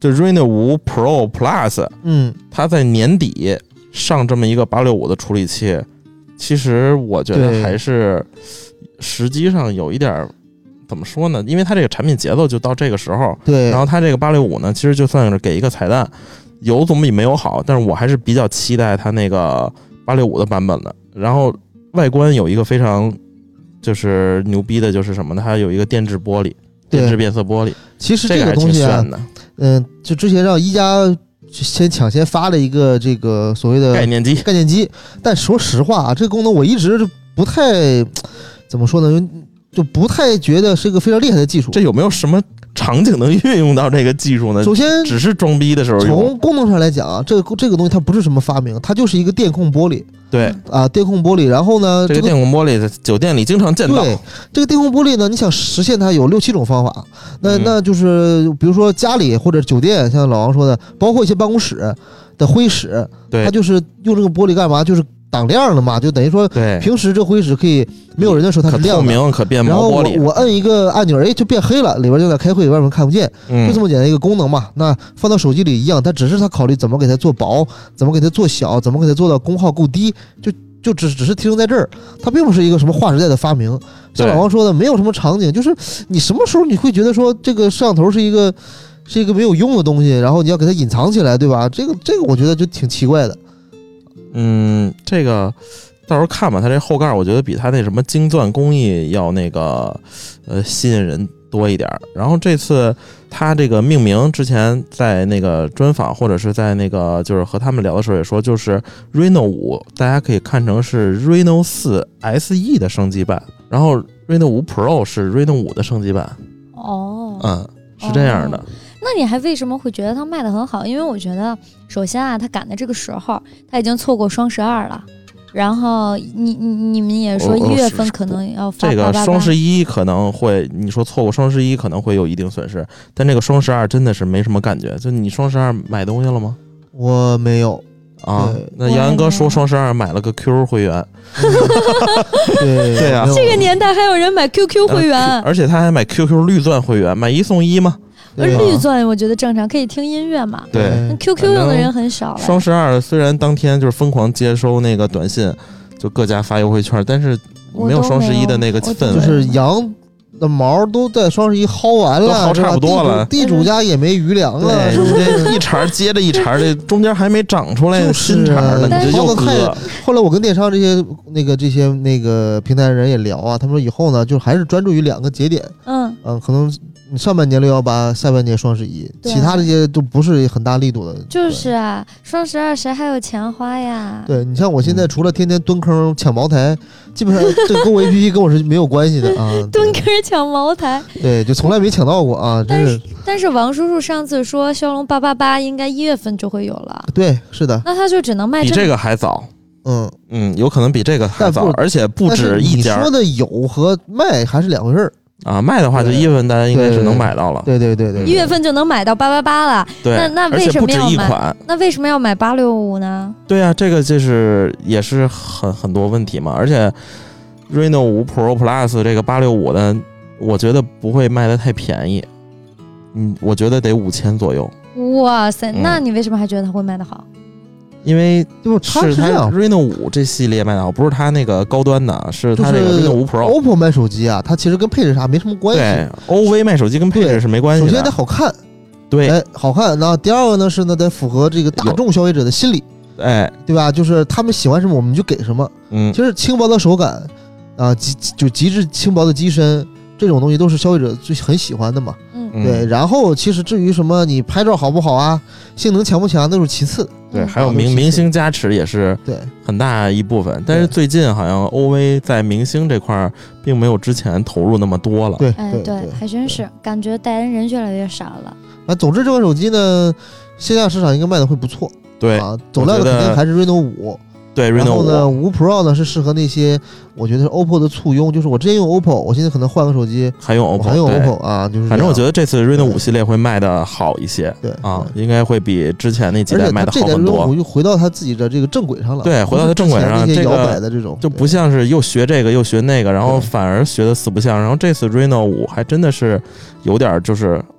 就 Reno 五 Pro Plus， 嗯， 它在年底上这么一个八六五的处理器，其实我觉得还是时机上有一点怎么说呢？因为它这个产品节奏就到这个时候， 对。 然后它这个八六五呢，其实就算是给一个彩蛋，有总比没有好，但是我还是比较期待它那个八六五的版本的。然后外观有一个非常就是牛逼的，就是什么呢？它有一个电致玻璃，电致变色玻璃。 其实这个东西啊，嗯，就之前让一加先抢先发了一个这个所谓的概念机， 概念机。但说实话啊，这个功能我一直不太怎么说呢？就不太觉得是一个非常厉害的技术。 这有没有什么场景能运用到这个技术呢？ 首先， 只是装逼的时候用。 从功能上来讲啊，这个这个东西它不是什么发明，它就是一个电控玻璃。 对啊，电控玻璃。然后呢， 这个电控玻璃在酒店里经常见到。 对，这个电控玻璃呢，你想实现它有六七种方法。那、嗯、那就是比如说家里或者酒店，像老王说的，包括一些办公室的会议室， 对， 它就是用这个玻璃干嘛？就是挡亮了嘛，就等于说， 对， 平时这会议室可以没有人的时候它是亮的， 可透明可变毛玻璃。 然后我我摁一个按钮，哎，就变黑了，里边就在开会，外面看不见， 嗯、 就这么简单一个功能嘛。那放到手机里一样，它只是它考虑怎么给它做薄，怎么给它做小，怎么给它做到功耗够低，就就只只是提升在这儿，它并不是一个什么划时代的发明。像老王说的，没有什么场景，就是你什么时候你会觉得说这个摄像头是一个是一个没有用的东西，然后你要给它隐藏起来，对吧？这个这个我觉得就挺奇怪的。 嗯，这个。到时候看吧，它这后盖我觉得比它那什么晶钻工艺要那个呃吸引人多一点。然后这次它这个命名之前在那个专访或者是在那个就是和他们聊的时候也说，就是 Reno 五大家可以看成是 Reno 四 S E 的升级版，然后 Reno 五 Pro 是 Reno 五的升级版。 哦， 嗯，是这样的。哦， 那你还为什么会觉得它卖得很好？因为我觉得首先啊，它赶在这个时候，它已经错过双十二了。然后你你你们也说一月份可能要发这个双十一可能会，你说错过双十一可能会有一定损失，但这个双十二真的是没什么感觉。就你双十二买东西了吗？ 我没有啊。那杨洋哥说双十二买了个 Q Q 会员， 对对啊， 这个年代还有人买 Q Q 会员， 呃、而且他还买 Q Q 绿钻会员，买一送一吗？ 绿钻我觉得正常，可以听音乐嘛。 对 ，Q Q 用的人很少了。 双十二虽然当天就是疯狂接收那个短信，就各家发优惠券，但是没有双十一的那个氛围。 就是羊的毛都在双十一薅完了， 薅差不多了， 地主家也没余粮了， 是不是？一茬接着一茬，这中间还没长出来新茬呢，你就又割。 后来我跟电商这些那个这些那个平台人也聊啊，他们说以后呢，就还是专注于两个节点， 嗯嗯，可能。你上半年六幺八，下半年双十一，其他这些都不是很大力度的。 就是啊，双十二谁还有钱花呀？ 对，你像我现在除了天天蹲坑抢茅台，基本上这购物 A P P 跟我是没有关系的啊。 蹲坑抢茅台， 对，就从来没抢到过啊。 但是但是王叔叔上次说骁龙八八八应该一月份就会有了。 对，是的。 那他就只能卖比这个还早。 嗯嗯，有可能比这个还早，而且不止一家。 你说的有和卖还是两回事儿。 啊，卖的话就一月份大家应该是能买到了， 对对对对， 一月份就能买到八八八了。 对， 那那为什么要买？ 那为什么要买八六五呢？ 对啊，这个就是也是很很多问题嘛。而且 Reno 五 Pro Plus 这个八六五的，我觉得不会卖的太便宜，嗯，我觉得得五千左右。 哇塞，那你为什么还觉得它会卖的好？ 因为是它 Reno 五这系列卖的好，不是它那个高端的，是它这个 Reno 五 Pro。 O P P O 卖手机啊，它其实跟配置啥没什么关系。 对 ，O V 卖手机跟配置是没关系的。 首先得好看， 对， 哎，好看。然后第二个呢是呢，得符合这个大众消费者的心理， 哎， 对吧？就是他们喜欢什么，我们就给什么。 嗯， 其实轻薄的手感啊，极就极致轻薄的机身，这种东西都是消费者最很喜欢的嘛。 嗯， 对。然后其实至于什么你拍照好不好啊，性能强不强，那是其次。 对，还有明明星加持也是对很大一部分，但是最近好像 O V 在明星这块并没有之前投入那么多了。 对， 哎，对，还真是感觉代言人越来越少了。 啊，总之这款手机呢，线下市场应该卖的会不错。 对啊，走量的肯定还是 Reno 五。 对， 然后呢， 五 Pro 呢是适合那些我觉得是 O P P O 的簇拥，就是我之前用 O P P O， 我现在可能换个手机还用 O P P O， 还用 O P P O 啊，就是反正我觉得这次 Reno 五系列会卖的好一些， 对啊，应该会比之前那几代卖的好很多。 而且它这代 Reno 五又回到它自己的这个正轨上了， 对，回到它正轨上， 这些摇摆的这种就不像是又学这个又学那个，然后反而学的四不像。然后这次 Reno 五还真的是有点就是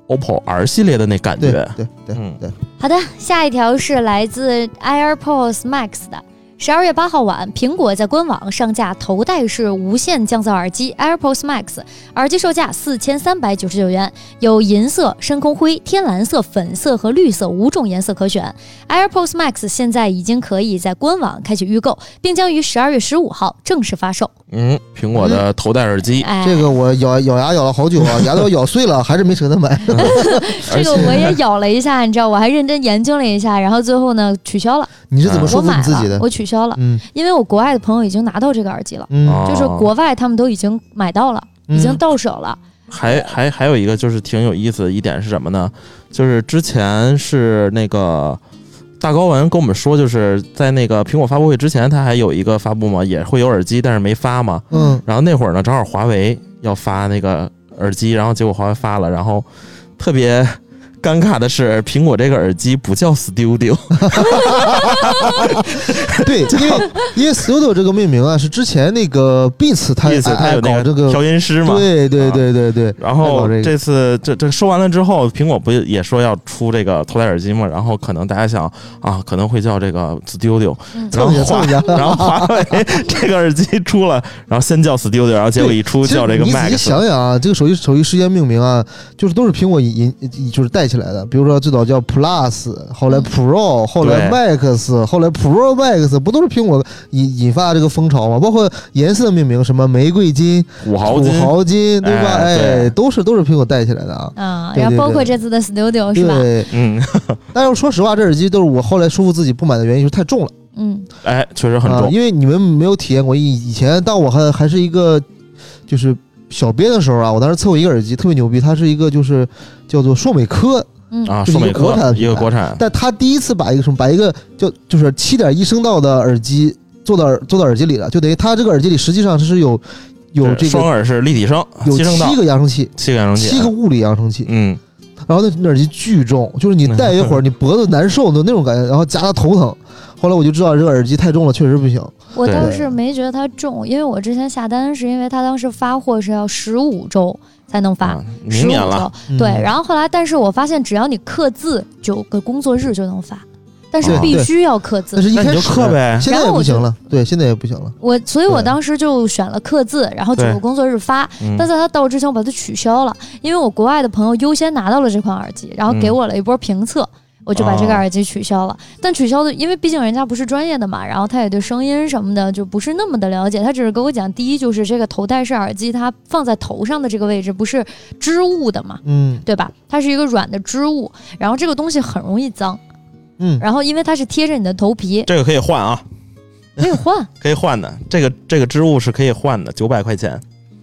O P P O R 系列的那感觉。 对对对嗯对。 好的，下一条是来自 AirPods Max 的。十二月八号晚，苹果在官网上架头戴式无线降噪耳机 AirPods Max， 耳机售价四千三百九十九元，有银色、深空灰、天蓝色、粉色和绿色五种颜色可选。AirPods Max 现在已经可以在官网开启预购，并将于十二月十五号正式发售。 嗯，苹果的头戴耳机， 哎， 这个我咬咬牙咬了好久啊，牙都咬碎了，还是没舍得买。 这个我也咬了一下，你知道，我还认真研究了一下，然后最后呢取消了。 你是怎么说服我买你自己的？ 了，我取消了， 嗯因为我国外的朋友已经拿到这个耳机了， 嗯哦就是国外他们都已经买到了， 嗯已经到手了。 还还还有一个就是挺有意思的一点是什么呢？就是之前是那个大高文跟我们说，就是在那个苹果发布会之前，他还有一个发布嘛，也会有耳机，但是没发嘛。 嗯， 然后那会儿呢，正好华为要发那个耳机，然后结果华为发了，然后特别尴尬的是，苹果这个耳机不叫 Studio。 对，因为因为 Studio 这个命名啊，是之前那个 Beats 它意思它有那搞这个调音师嘛。 对对对对对。 然后爱搞这个这次这这说完了之后，苹果不也说要出这个头戴耳机嘛？然后可能大家想啊，可能会叫这个 Studio， 嗯然后华凑一下凑一下然后华为这个耳机出了，然后先叫 Studio，然后结果一出叫这个其实你仔细 Max。 想想啊，这个手机手机时间命名啊，就是都是苹果引引就是带起来的。比如说最早叫 Plus， 后来 Pro， 后来 Max， 后来 Pro Max， 不都是苹果引引发这个风潮吗？包括颜色命名，什么玫瑰金、 五毫金， 五毫金，对吧？ 哎对哎，都是都是苹果带起来的啊。 啊、 对对然后包括对这次的 Studio 是吧？ 对， 嗯， 但是说实话，这耳机都是我后来说服自己不买的原因，就是太重了。 嗯， 哎，确实很啊， 重。 因为你们没有体验过，以以前当我还还是一个就是小编的时候啊，我当时测过一个耳机，特别牛逼，它是一个就是叫做硕美科。 嗯啊， 就是硕美科一个国产的一个国产， 但他第一次把一个什么，把一个叫就是七点一声道的耳机做到耳做到耳机里了，就等于它这个耳机里实际上是有有这个双耳是立体声， 有七声道七个扬声器， 七个扬声器， 七个物理扬声器， 嗯， 然后那那耳机巨重，就是你戴一会儿你脖子难受的那种感觉，然后夹得头疼。后来我就知道这个耳机太重了，确实不行。 我对倒是没觉得它重，因为我之前下单是因为它当时发货是要十五周才能发， 啊明年了， 嗯对，然后后来，但是我发现只要你刻字，九个工作日就能发，但是哦必须要刻字。 但是一那你就开始刻呗现在也然后我就不行了。对，现在也不行了。 我，所以我对当时就选了刻字，然后九对个工作日发。 嗯但在它到之前，我把它取消了，因为我国外的朋友优先拿到了这款耳机，然后给我了一波评测。我就把这个耳机取消了，但取消的，因为毕竟人家不是专业的嘛，然后他也对声音什么的就不是那么的了解，他只是跟我讲，第一就是这个头戴式耳机，它放在头上的这个位置不是织物的嘛， 嗯对吧？它是一个软的织物，然后这个东西很容易脏， 嗯， 然后因为它是贴着你的头皮， 这个可以换啊， 可以换。 可以换的，这个这个织物是可以换的，九百块钱，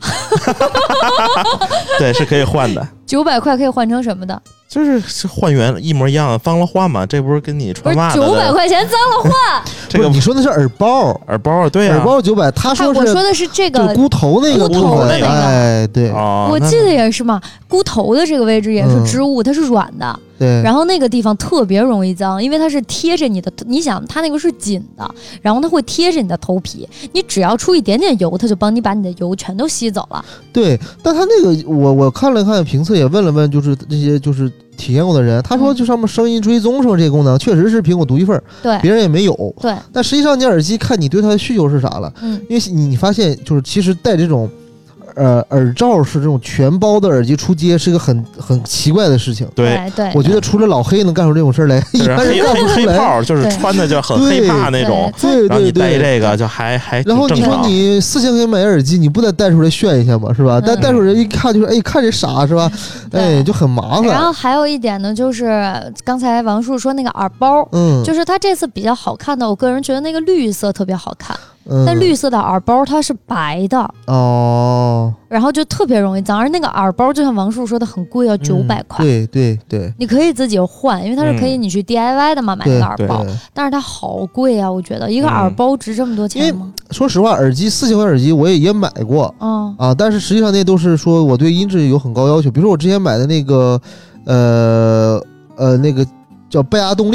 对，是可以换的。 九百块可以换成什么的？ 就是是换原一模一样的，脏了换嘛，这不是跟你不是穿袜子九百的块钱脏了换。 这个不是你说的是耳包， 耳包，对呀、 耳包九百，他说是我说的是这个就箍头那个箍部分， 头的那个哎，对哦，那我记得也是嘛，箍头的这个位置也是织物，它是软的， 对， 然后那个地方特别容易脏，因为它是贴着你的，你想它那个是紧的，然后它会贴着你的头皮，你只要出一点点油，它就帮你把你的油全都吸走了。 对，但他那个我我看了看评测，也问了问，就是这些就是体验过的人，他说就上面声音追踪什么这些功能，确实是苹果独一份， 对别人也没有。 对， 但实际上你耳机看你对它的需求是啥了， 嗯， 因为你你发现就是其实戴这种。呃，耳罩是这种全包的耳机出街是一个很很奇怪的事情。 对， 对对， 我觉得除了老黑能干出这种事儿来，一就是黑般人干不黑黑出来。 泡，就是穿的就很黑怕那种， 对然后你对对， 戴这个就还还然后你说挺正常。 你四千块钱买耳机，你不得带出来炫一下吗？是吧？但嗯带出来一看就是，哎，看这傻是吧？哎，就很麻然后烦。 还有一点呢，就是刚才王叔说那个耳包。 嗯， 就是它这次比较好看的，我个人觉得那个绿色特别好看， 嗯但绿色的耳包它是白的， 哦， 然后就特别容易脏。而那个耳包就像王叔说的很贵，要九百块。 嗯对对对你可以自己换，因为它是可以你去 D I Y 的嘛，买那对个耳包， 对。 但是它好贵啊，我觉得一个嗯耳包值这么多钱吗？ 说实话，耳机四千块耳机我也也买过嗯啊，但是实际上那都是说我对音质有很高要求，比如说我之前买的那个，呃呃那个叫贝亚动力，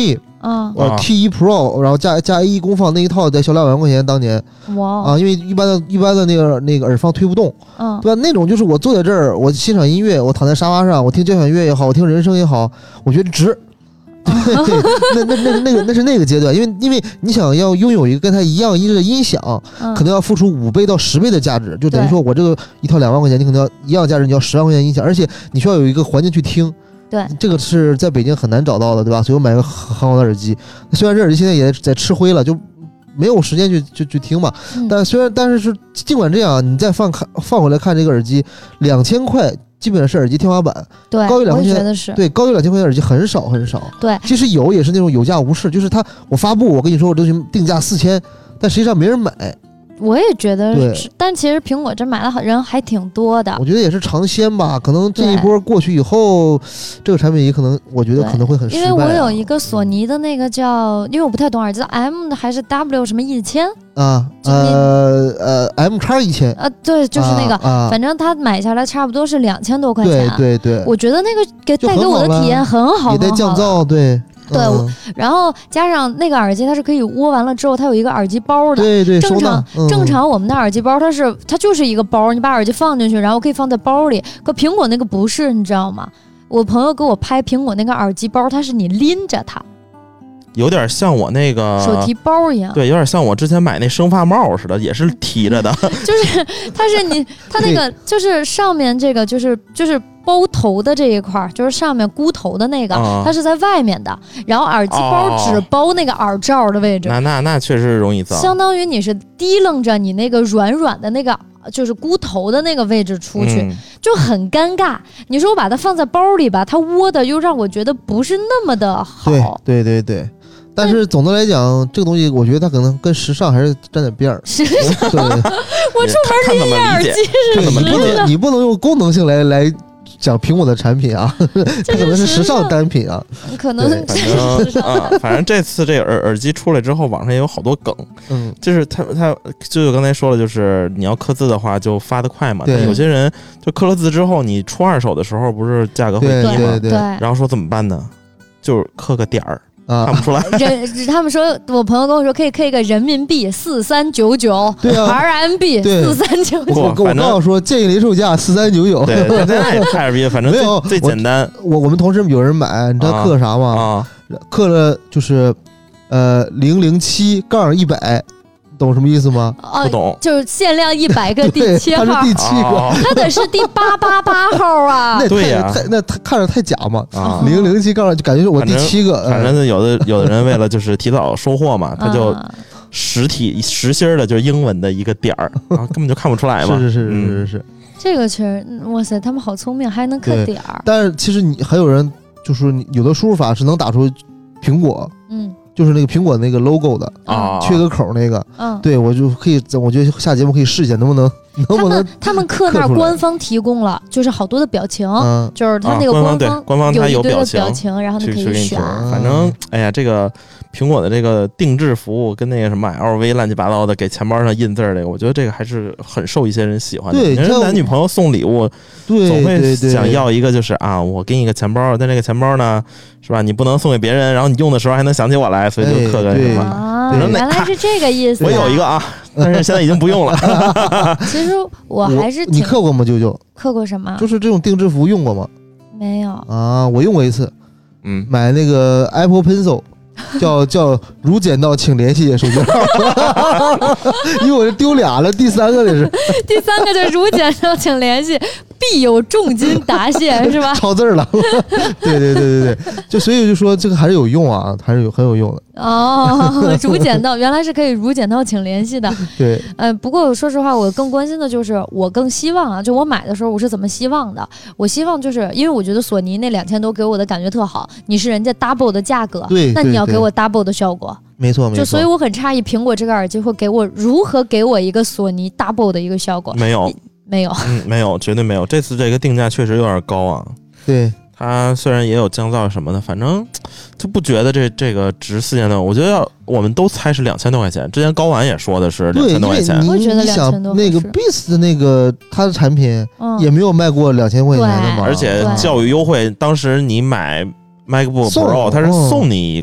嗯， 呃 T 一 Pro， 然后加加 A 一功放那一套得小两万块钱当年。 哇啊，因为一般的一般的那个那个耳放推不动， 嗯， 对吧？那种就是我坐在这儿，我欣赏音乐，我躺在沙发上，我听交响乐也好，我听人声也好，我觉得值。对，那那那那个那是那个阶段，因为因为你想要拥有一个跟它一样音质的音响， 嗯、 可能要付出五倍到十倍的价值，就等于说我这个一套两万块钱，你可能要一样价值，你要十万块钱音响，而且你需要有一个环境去听。 对， 这个是在北京很难找到的，对吧？所以我买个很好的耳机，虽然这耳机现在也在吃灰了，就没有时间去去去听嘛。 嗯、 但虽然但是是尽管这样，你再放看放回来看这个耳机，两千块基本上是耳机天花板。 对， 高于两千我觉得是。 对，高于两千块钱耳机很少很少。 对， 其实有也是那种有价无市，就是它我发布，我跟你说我这定价四千，但实际上没人买。 我也觉得是，但其实苹果这买的人还挺多的。 我觉得也是尝鲜吧，可能这一波过去以后，这个产品也可能，我觉得可能会很失败、啊。 因为我有一个索尼的那个叫，因为我不太懂耳机 M 的还是 W 什么一千啊，呃呃 M 叉一千啊，对，就是那个， 啊、 反正它买下来差不多是两千多块钱。 对对对， 我觉得那个给带给我的体验很好， 也带降噪，对。 对、嗯，然后加上那个耳机，它是可以窝完了之后，它有一个耳机包的。 对对， 正常、 嗯、 正常我们的耳机包，它是它就是一个包，你把耳机放进去，然后可以放在包里。可苹果那个不是，你知道吗？我朋友给我拍苹果那个耳机包，它是你拎着它， 有点像我那个手提包一样。 对，有点像我之前买那生发帽似的，也是提着的。 就是它是你它那个就是上面这个就是就是。包头的这一块就是上面箍头的那个、哦，它是在外面的，然后耳机包只包那个耳罩的位置。 哦、那那那确实容易脏， 相当于你是提楞着你那个软软的那个，就是箍头的那个位置出去，嗯、就很尴尬。你说我把它放在包里吧，它窝的又让我觉得不是那么的好。 对对对对。但是总的来讲，这个东西我觉得它可能跟时尚还是沾点边儿。 时尚，对，我出门拎耳机是你不能你不能用功能性来来。讲苹果的产品啊，它可能是时尚单品啊， 可能反正啊，反正这次这耳耳机出来之后，网上也有好多梗， 嗯， 就是他他就刚才说了，就是你要刻字的话就发得快嘛， 对， 有些人就刻了字之后，你出二手的时候不是价格会低吗？ 对对对， 然后说怎么办呢？就是刻个点儿。 啊， 看不出来。 人他们说，我朋友跟我说可以刻一个人民币四三九九， 对啊 ，R M B 四三九九。 我我刚要说建议零售价四三九九， 对，那也太逼，反正没有最简单。 我我们同事有人买，你知道刻啥吗？ 啊， 刻了就是呃零零七杠一百。懂什么意思吗？ 哦、 不懂， 就是限量一百个第七号， 它是第七个， 哦、 它得是第八八八号啊。 那对呀、 啊，那他看着太假嘛。 啊， 零零七杠就感觉是我第七个。 反正有的有的人为了就是提早收货嘛，他就实体实心的，就是英文的一个点儿，然后根本就看不出来嘛。 是是是是是是。 嗯、这个其实，哇塞，他们好聪明，还能刻点儿。 但是其实你还有人就是你有的输入法是能打出苹果， 嗯。 就是那个苹果那个 logo 的啊， 缺个口那个， 嗯， 对我就可以，我觉得下节目可以试一下，能不能，能不能？ 他们刻那儿官方提供了，就是好多的表情， 嗯， 就是他那个官方官方他有表情，表情，然后你可以选。 反正哎呀，这个苹果的这个定制服务跟那个什么 L V 乱七八糟的给钱包上印字儿这个，我觉得这个还是很受一些人喜欢的。 对， 人男女朋友送礼物， 对， 总会想要一个就是啊，我给你一个钱包，但这个钱包呢，是吧？你不能送给别人，然后你用的时候还能想起我来，所以就刻个。 啊，原来是这个意思。 我有一个啊，但是现在已经不用了。 其实我还是你刻过吗？舅舅刻过什么？ 就是这种定制服用过吗？ 没有啊，我用过一次。 嗯， 买那个 Apple Pencil， 叫叫如捡到请联系手机号，因为我这丢俩了，第三个这是。 第三个就如捡到请联系。必有重金答谢是吧？ 抄字了，对对对对对，就所以就说这个还是有用啊，还是有很有用的哦。如捡到原来是可以如捡到请联系的， 对， 呃，不过说实话，我更关心的就是我更希望啊，就我买的时候我是怎么希望的？我希望就是因为我觉得索尼那两千多给我的感觉特好，你是人家 double 的价格， 对， 那你要给我 double 的效果。 没错，没错， 就所以我很诧异，苹果这个耳机会给我如何给我一个索尼 double 的一个效果？ 没有。 没有， 嗯，没有，绝对没有。这次这个定价确实有点高啊。 对， 它虽然也有降噪什么的，反正就不觉得这这个值四千多。我觉得要我们都猜是两千多块钱。之前高玩也说的是两千多块钱。 我觉得你想那个 Beats 的那个它的产品也没有卖过两千块钱的嘛， 而且教育优惠，当时你买 MacBook Pro， 它是送你一个。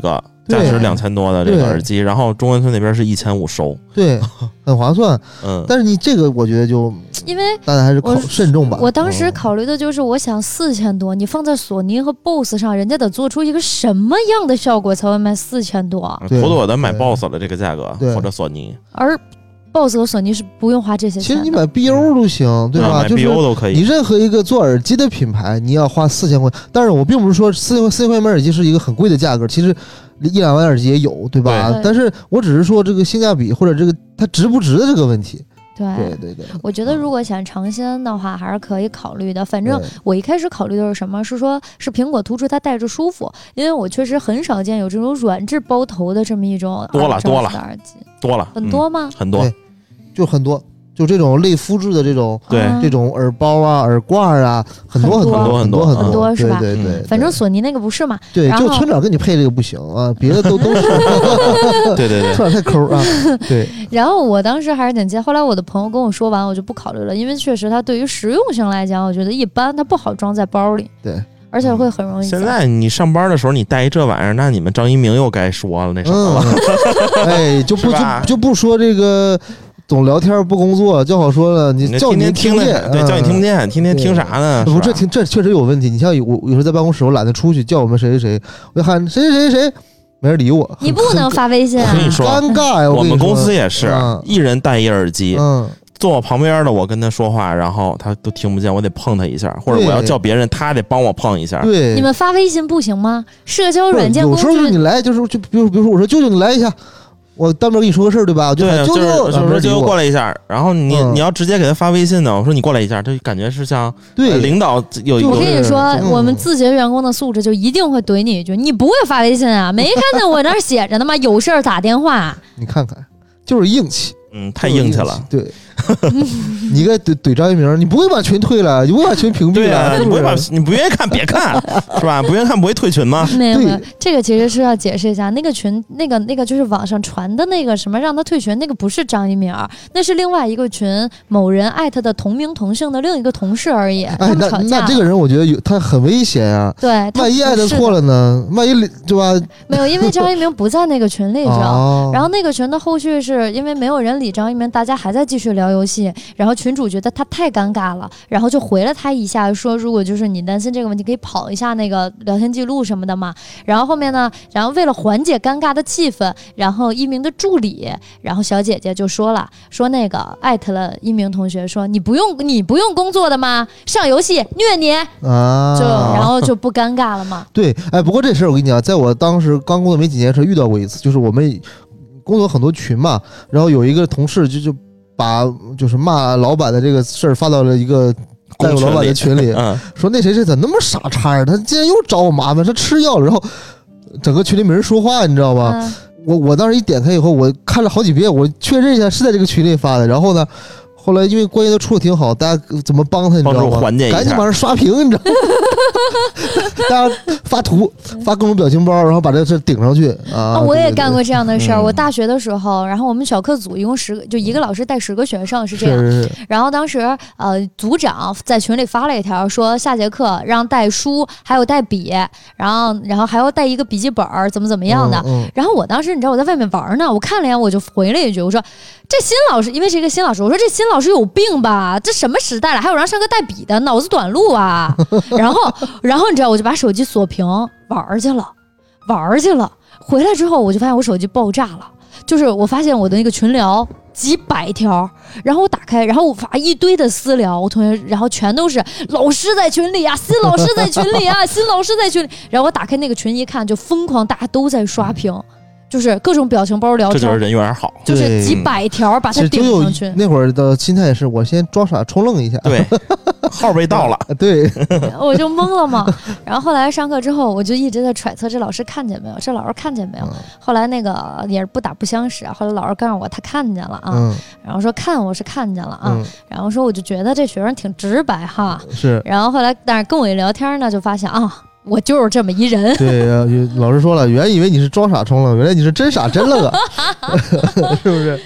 价值两千多的这个耳机，然后中关村那边是一千五收， 对，很划算。 嗯， 但是你这个我觉得就因为大家还是考慎重吧。 我当时考虑的就是，我想四千多，你放在索尼和 B O S S 上，人家得做出一个什么样的效果才会卖四千多？ 妥妥的买 B O S S 了这个价格，或者索尼。 而 B O S S 和索尼是不用花这些钱的。 其实你买 B O 都行，对吧？ 买 B O 都可以。 你任何一个做耳机的品牌，你要花四千块，但是我并不是说四千四千块钱买耳机是一个很贵的价格，其实一两万耳机也有，对吧？ 对， 但是我只是说这个性价比或者这个它值不值的这个问题。 对对对对， 我觉得如果想尝鲜的话，还是可以考虑的。反正我一开始考虑的是什么？是说是苹果突出它戴着舒服，因为我确实很少见有这种软质包头的这么一种多了多了耳机， 多了很多吗？ 嗯、很多， 就很多。就这种类肤质的这种， 对这种耳包啊、耳挂啊，很多很多很多很多很多是吧？ 对对对， 反正索尼那个不是嘛。 对，就村长给你配这个不行啊，别的都都是。 对对对， 村长太抠啊。对。 然后我当时还是挺接，后来我的朋友跟我说完，我就不考虑了，因为确实它对于实用性来讲，我觉得一般，它不好装在包里。 对。 而且会很容易。 现在你上班的时候你带一这玩意儿，那你们张一鸣又该说了那什么了。 嗯、哎，就不就就不说这个。总聊天不工作，就好说了。你叫你听不见， 对，叫你听不见，天天听啥呢？ 不，这听这确实有问题。你像我有时候在办公室，我懒得出去，叫我们谁谁谁，我就喊谁谁谁谁，没人理我。 你不能发微信啊！ 我跟你说， 尴尬呀！ 我们公司也是， 嗯、 一人戴一耳机， 嗯， 坐我旁边的我跟他说话，然后他都听不见，我得碰他一下，或者我要叫别人，他得帮我碰一下。 对， 你们发微信不行吗？社交软件工具， 有时候你来就是就比如比如说我说舅舅你来一下。我当面跟你说个事儿，对吧？我就对， 就就是就是说就过来一下，然后你、 嗯、 你要直接给他发微信呢，我说你过来一下，这感觉是像对、 呃、领导有一个。 我跟你说， 嗯、 我们字节员工的素质就一定会怼你一句：你不会发微信啊？没看见我那儿写着呢吗？有事儿打电话。 你看看，就是硬气。 嗯，太硬气了。 对，你应该怼怼张一鸣，你不会把群退了，你不会把群屏蔽了， 对啊， 是不是？ 你不会把你不愿意看别看，是吧？不愿意看不会退群吗？ 没有没有，这个其实是要解释一下，那个群那个那个就是网上传的那个什么让他退群，那个不是张一鸣，那是另外一个群某人艾特的同名同姓的另一个同事而已。 哎，那那这个人我觉得有他很危险啊。 对， 万一艾特错了呢？万一对吧？ 没有，因为张一鸣不在那个群里头， 哦、 然后那个群的后续是因为没有人理张一鸣，大家还在继续聊游戏，然后群主觉得他太尴尬了，然后就回了他一下，说如果就是你担心这个问题，可以跑一下那个聊天记录什么的嘛。然后后面呢，然后为了缓解尴尬的气氛，然后一鸣的助理，然后小姐姐就说了，说那个艾特了一鸣同学，说你不用你不用工作的吗？上游戏虐你啊， 就然后就不尴尬了嘛。 对，哎，不过这事儿我跟你讲，在我当时刚工作没几年的时候遇到过一次，就是我们工作很多群嘛，然后有一个同事就就。把就是骂老板的这个事儿发到了一个带有老板的群里， 嗯、 说那谁谁怎么那么傻叉，他竟然又找我麻烦，他吃药了，然后整个群里没人说话，你知道吗？ 嗯、 我我当时一点开以后，我看了好几遍，我确认一下是在这个群里发的，然后呢，后来因为关系都处的挺好，大家怎么帮他，你知道吗？ 缓解一下， 赶紧往上刷屏，你知道吗？大家发图发各种表情包，然后把这事顶上去啊！ 我也干过这样的事儿。 嗯、 我大学的时候，然后我们小课组一共十个，就一个老师带十个学生，是这样。 是是是然后当时呃，组长在群里发了一条，说下节课让带书，还有带笔，然后然后还要带一个笔记本，怎么怎么样的。 嗯嗯、 然后我当时你知道我在外面玩呢，我看了一眼，我就回了一句，我说这新老师，因为是一个新老师，我说这新老师有病吧？这什么时代了，还有让上课带笔的，脑子短路啊！然后然后你知道，我就把手机锁屏。玩去了，玩去了。回来之后，我就发现我手机爆炸了，就是我发现我的那个群聊几百条，然后我打开，然后我发一堆的私聊，我同学，然后全都是老师在群里啊，新老师在群里啊，新老师在群里。然后我打开那个群一看，就疯狂，大家都在刷屏。就是各种表情包聊天， 这就是人缘好， 就是几百条把它顶上去。 那会儿的心态也是，我先装傻充愣一下， 对，号被盗了， 对， 我就懵了嘛。然后后来上课之后，我就一直在揣测这老师看见没有，这老师看见没有。嗯、后来那个也是不打不相识，后来老师告诉我他看见了啊，嗯、然后说看我是看见了啊，嗯、然后说我就觉得这学生挺直白哈， 是。 然后后来但是跟我一聊天呢，就发现啊。我就是这么一人。 对呀、啊，老师说了，原以为你是装傻充愣，原来你是真傻真愣啊，是不是？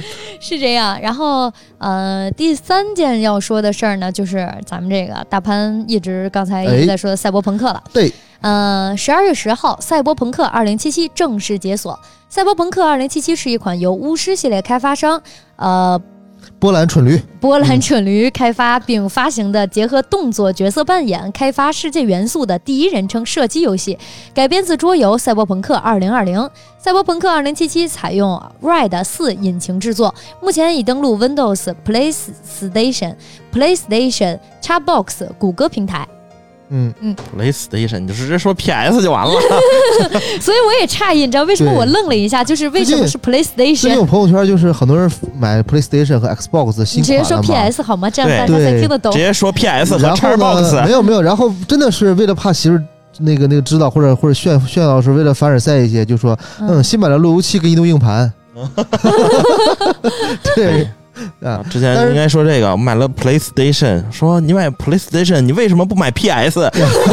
是这样。然后呃，第三件要说的事儿呢，就是咱们这个大潘一直刚才一直在说的赛博朋克了。 对， 呃，十二月十号，赛博朋克二零七七正式解锁。赛博朋克二零七七是一款由巫师系列开发商呃。 波兰蠢驴， 波兰蠢驴开发并发行的结合动作、角色扮演、开发世界元素的第一人称射击游戏，改编自桌游《赛博朋克二零二零》。赛博朋克二零七七采用 Red 四引擎制作，目前已登陆 Windows、PlayStation、PlayStation、Xbox、谷歌平台。 嗯嗯 ，PlayStation 你就直接说 P S 就完了。 所以我也诧异，你知道为什么我愣了一下？就是为什么是 PlayStation？ 最近我朋友圈就是很多人买 PlayStation 和 Xbox 的新款了嘛。 你直接说 P S 好吗？这样大家才听得懂。 直接说 P S 和 Xbox。 没有没有，然后真的是为了怕媳妇那个那个知道，或者或者炫炫耀是为了凡尔赛一些，就说嗯, 嗯，新买了路由器跟移动硬盘。对。 啊，之前应该说这个，我买了 PlayStation， 说你买 PlayStation， 你为什么不买 P S？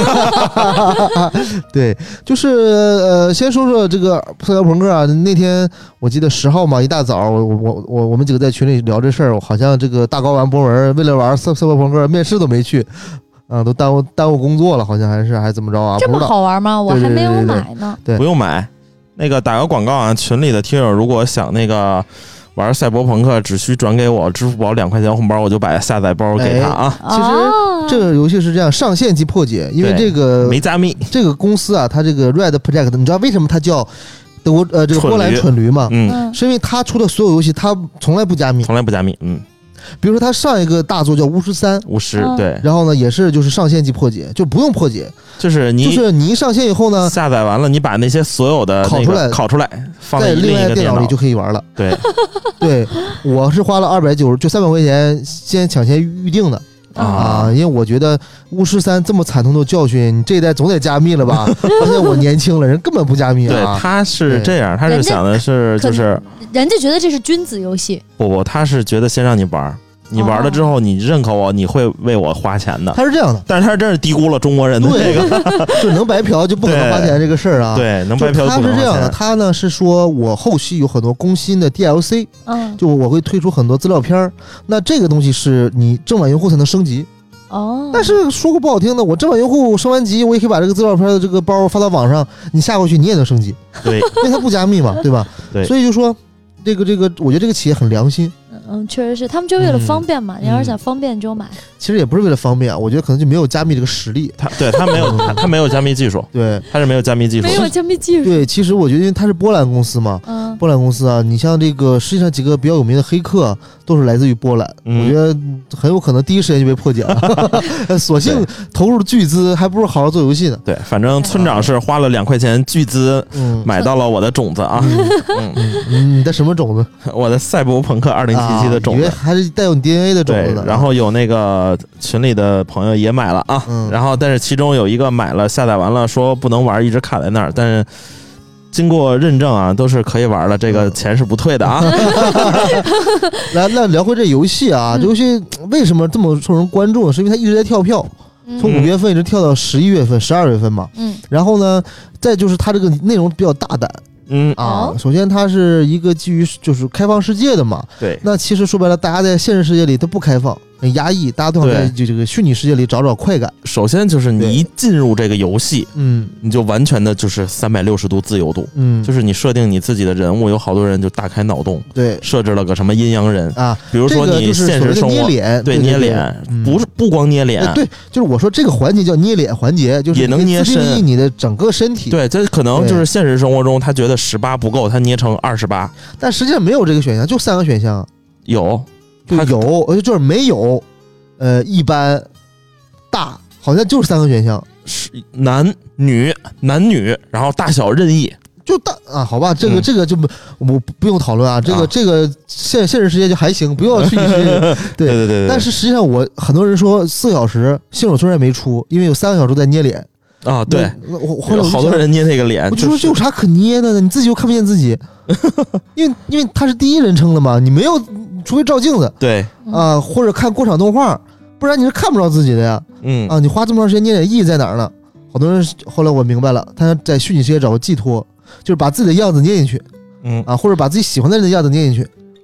对，就是呃，先说说这个赛博朋克啊。那天我记得十号嘛，一大早，我我我我们几个在群里聊这事儿，好像这个大高玩博文为了玩赛赛博朋克，面试都没去，啊，都耽误耽误工作了，好像还是还是怎么着啊？ 这么好玩吗？我还没有买呢。 对， 不用买。那个打个广告啊，群里的听友如果想那个。玩赛博朋克只需转给我支付宝两块钱红包，我就把下载包给他啊。 哎、其实这个游戏是这样，上线即破解，因为这个没加密。 这个公司啊，它这个 Red Project， 你知道为什么它叫德国呃这个波兰蠢驴吗？ 嗯， 是因为它出的所有游戏它从来不加密， 从来不加密。嗯。 比如说他上一个大作叫巫师三， 巫师对， 然后呢也是就是上线即破解，就不用破解， 就是你就是你一上线以后呢， 下载完了，你把那些所有的拷出来， 拷出来，放在另外电脑里就可以玩了。 对， 对，我是花了二百九十就三百块钱先抢先预定的。啊，因为我觉得巫师三这么惨痛的教训，你这一代总得加密了吧？发现我年轻了，人根本不加密啊。 对，他是这样，他是想的是就是人家觉得这是君子游戏， 不不，他是觉得先让你玩。你玩了之后，你认可我，你会为我花钱的。 他是这样的， 但是他真是低估了中国人的这个， 就能白嫖就不可能花钱这个事儿啊。 对，能白嫖他是这样的，他呢是说我后期有很多更新的 D L C， 嗯，就我会推出很多资料片，那这个东西是你正版用户才能升级。 哦， 但是说个不好听的，我正版用户升完级，我也可以把这个资料片的这个包发到网上，你下过去你也能升级。 对， 因为它不加密嘛，对吧？ 对， 所以就说这个这个，我觉得这个企业很良心。 嗯，确实是，他们就为了方便嘛。嗯、你要是想方便，你就买。 其实也不是为了方便啊，我觉得可能就没有加密这个实力。 他对他没有，他他没有加密技术。 对， 他是没有加密技术。 没有加密技术。 对，其实我觉得因为他是波兰公司嘛，嗯，波兰公司啊，你像这个世界上几个比较有名的黑客都是来自于波兰，嗯、我觉得很有可能第一时间就被破解了。索性投入巨资，还不如好好做游戏呢。 对，反正村长是花了两块钱巨资买到了我的种子啊。 嗯嗯嗯，你的什么种子？ 我的赛博朋克二零七七的种子。 还是带有你 D N A 的种子的， 然后有那个群里的朋友也买了啊，嗯、然后但是其中有一个买了下载完了说不能玩，一直卡在那儿，但是经过认证啊都是可以玩的，这个钱是不退的啊。 来，那聊回这游戏啊，这游戏为什么这么受人关注？是因为它一直在跳票，从五月份一直跳到十一月份、十二月份嘛。嗯，然后呢，再就是它这个内容比较大胆。 嗯啊，首先它是一个基于就是开放世界的嘛， 对。 那其实说白了，大家在现实世界里它不开放，很压抑，大家都想在就这个虚拟世界里找找快感。 首先就是你一进入这个游戏， 嗯， 你就完全的就是三百六十度自由度， 嗯， 就是你设定你自己的人物，有好多人就大开脑洞， 对， 设置了个什么阴阳人啊， 比如说你现实生活、 这个、捏脸， 对捏脸， 嗯、 不是不光捏脸， 对，就是我说这个环节叫捏脸环节，就是也能捏身， 你的整个身体， 对，这可能就是现实生活中他觉得十八不够。他捏成二十八， 但实际上没有这个选项，就三个选项。 有， 就有，而且就是没有，呃，一般、大，好像就是三个选项， 是男女男女，然后大小任意， 就大啊，好吧，这个、嗯、这个就不我不用讨论啊，这个、啊、这个现现实世界就还行，不要虚拟世界。对对对对。 但是实际上我很多人说四小时，新手虽然没出，因为有三个小时在捏脸。 啊，对， 我后来好多人捏那个脸， 我就说这有啥可捏的呢？你自己又看不见自己，因为因为他是第一人称的嘛，你没有，除非照镜子， 对啊，或者看过场动画，不然你是看不着自己的呀。 嗯啊，你花这么长时间捏脸意义在哪儿呢？好多人后来我明白了，他在虚拟世界找个寄托，就是把自己的样子捏进去， 嗯啊，或者把自己喜欢的人的样子捏进去，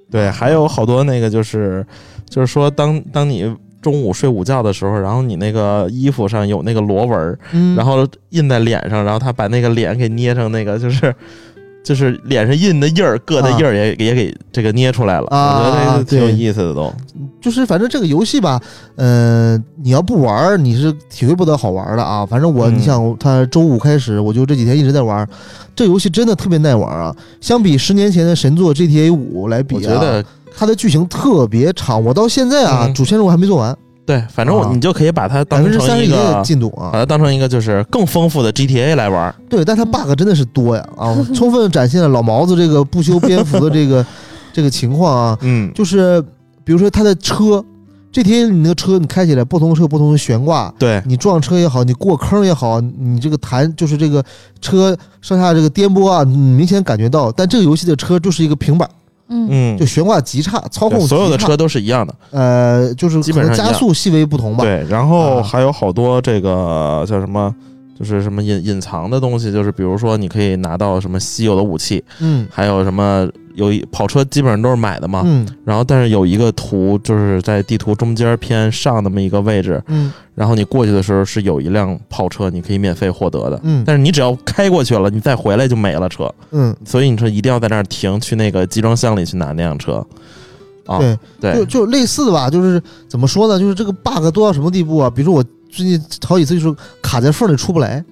对，还有好多那个就是就是说当当你中午睡午觉的时候，然后你那个衣服上有那个螺纹，嗯，然后印在脸上，然后他把那个脸给捏成那个就是就是脸上印的印儿，硌的印儿也、啊、也给这个捏出来了、啊、我觉得这个挺有意思的都。 就是反正这个游戏吧，呃，你要不玩你是体会不到好玩的啊。反正我、嗯、你想他周五开始，我就这几天一直在玩，这个游戏真的特别耐玩啊。相比十年前的神作 G T A 五来比、啊， 我觉得它的剧情特别长，我到现在啊、嗯、主线任务还没做完。 对，反正我、啊、你就可以把它当成一个进度啊， 把它当成一个就是更丰富的 G T A 来玩。 对，但它 bug 真的是多呀啊，充分展现了老毛子这个不修边幅的这个这个情况啊。嗯，就是比如说它的车 ，G T A 你那个车你开起来，不同的车有不同的悬挂， 对， 你撞车也好，你过坑也好，你这个弹就是这个车上下这个颠簸啊，你明显感觉到。但这个游戏的车就是一个平板。嗯，就悬挂极差，操控所有的车都是一样的， 呃，就是基本上加速细微不同吧。 对，然后还有好多这个叫什么，就是什么隐隐藏的东西，就是比如说你可以拿到什么稀有的武器，嗯，还有什么有一跑车基本上都是买的嘛，嗯，然后但是有一个图就是在地图中间偏上那么一个位置，嗯，然后你过去的时候是有一辆跑车你可以免费获得的，嗯，但是你只要开过去了，你再回来就没了车，嗯，所以你说一定要在那儿停，去那个集装箱里去拿那辆车。啊、 对对， 就就类似的吧，就是怎么说呢？就是这个 bug 多到什么地步啊？比如说我最近好几次就是卡在缝里出不来，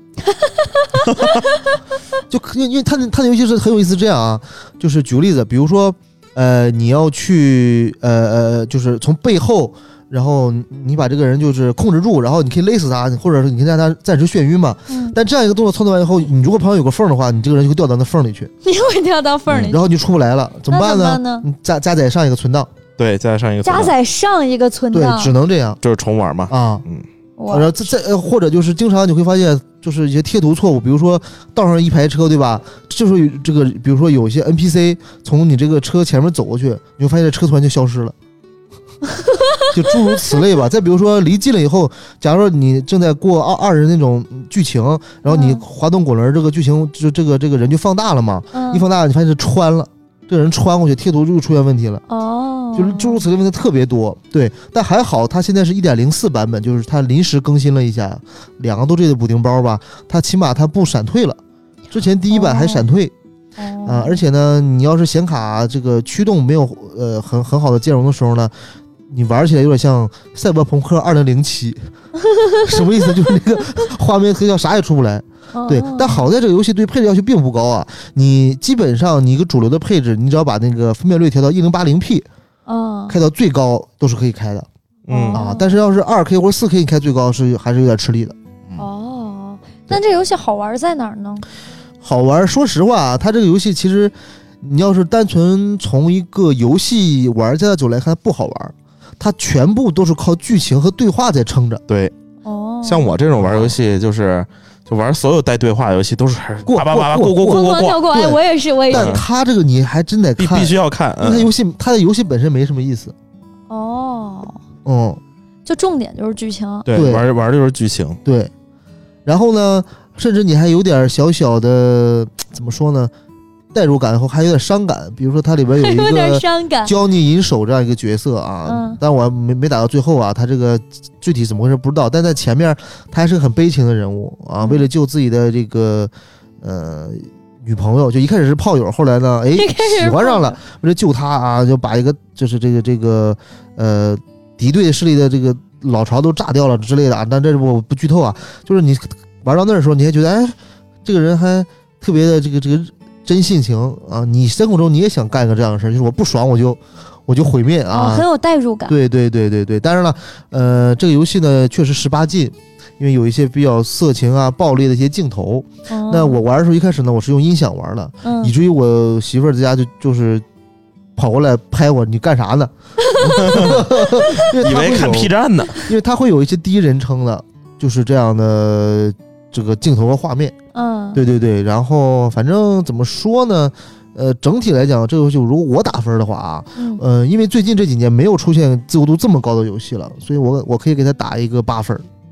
就因为它它的游戏是很有意思，这样啊，就是举个例子，比如说呃你要去呃呃就是从背后，然后你把这个人就是控制住，然后你可以勒死他，或者是你可以让他暂时眩晕嘛。嗯。但这样一个动作操作完以后，你如果旁边有个缝的话，你这个人就会掉到那缝里去。 你会掉到缝里去、 嗯，然后你就出不来了，怎么办呢？ 那怎么办呢？ 你加加载上一个存档。 对，加载上一个存档。 加载上一个存档。 对，只能这样， 就是重玩嘛。 啊，嗯。然后再再或者就是经常你会发现，就是一些贴图错误，比如说道上一排车，对吧？这时候这个，比如说有一些 N P C 从你这个车前面走过去，你会发现这车突然就消失了。就诸如此类吧。再比如说离近了以后，假如说你正在过二二人那种剧情，然后你滑动滚轮，这个剧情就这个这个人就放大了嘛，嗯、一放大你发现是穿了，这个人穿过去，贴图就出现问题了。哦，就是诸如此类问题特别多。对，但还好它现在是 一点零四 版本，就是它临时更新了一下，两个都这个补丁包吧，它起码它不闪退了，之前第一版还闪退。哦啊，而且呢，你要是显卡这个驱动没有呃很很好的兼容的时候呢，你玩起来有点像赛博朋克二零零七，什么意思？就是那个画面特效啥也出不来。对，但好在这个游戏对配置要求并不高啊，你基本上你一个主流的配置，你只要把那个分辨率调到 一零八零 P， 哦，开到最高都是可以开的。嗯啊，但是要是 二 K 或者 四 K 你开最高是还是有点吃力的。 哦，但这游戏好玩在哪儿呢？ 好玩，说实话啊，它这个游戏其实你要是单纯从一个游戏玩家的角度来看，不好玩，它全部都是靠剧情和对话在撑着。 对，哦，像我这种玩游戏就是就玩所有带对话的游戏都是过过过过过过过过，哎，我也是，我也是。 但它这个你还真得看， 必须要看， 因为它游戏它的游戏本身没什么意思。 哦， 嗯， 就重点就是剧情。 对，玩玩的就是剧情。 对，然后呢？甚至你还有点小小的怎么说呢，代入感，后还有点伤感。比如说它里边有一个娇妮银手这样一个角色啊，嗯、但我没没打到最后啊，他这个具体怎么回事不知道。但在前面他还是个很悲情的人物啊，为了救自己的这个呃女朋友，就一开始是炮友，后来呢，哎喜欢上了，为了救他啊，就把一个就是这个这个呃敌对势力的这个老巢都炸掉了之类的啊。但这我不剧透啊，就是你。玩到那儿的时候，你还觉得哎，这个人还特别的这个这个真性情啊！你生活中你也想干个这样的事，就是我不爽我就我就毁灭啊、 哦，很有代入感。 对对对对对，当然了，呃，这个游戏呢确实十八禁，因为有一些比较色情啊、暴力的一些镜头。哦、那我玩的时候一开始呢，我是用音响玩的，嗯、以至于我媳妇儿在家就就是跑过来拍我，你干啥呢？ 以为看 P 站呢， 因为它会有一些第一人称的，就是这样的。这个镜头和画面，嗯，对对对，然后反正怎么说呢，呃，整体来讲，这个游戏如果我打分的话啊，嗯，呃，因为最近这几年没有出现自由度这么高的游戏了，所以我我可以给它打一个八分，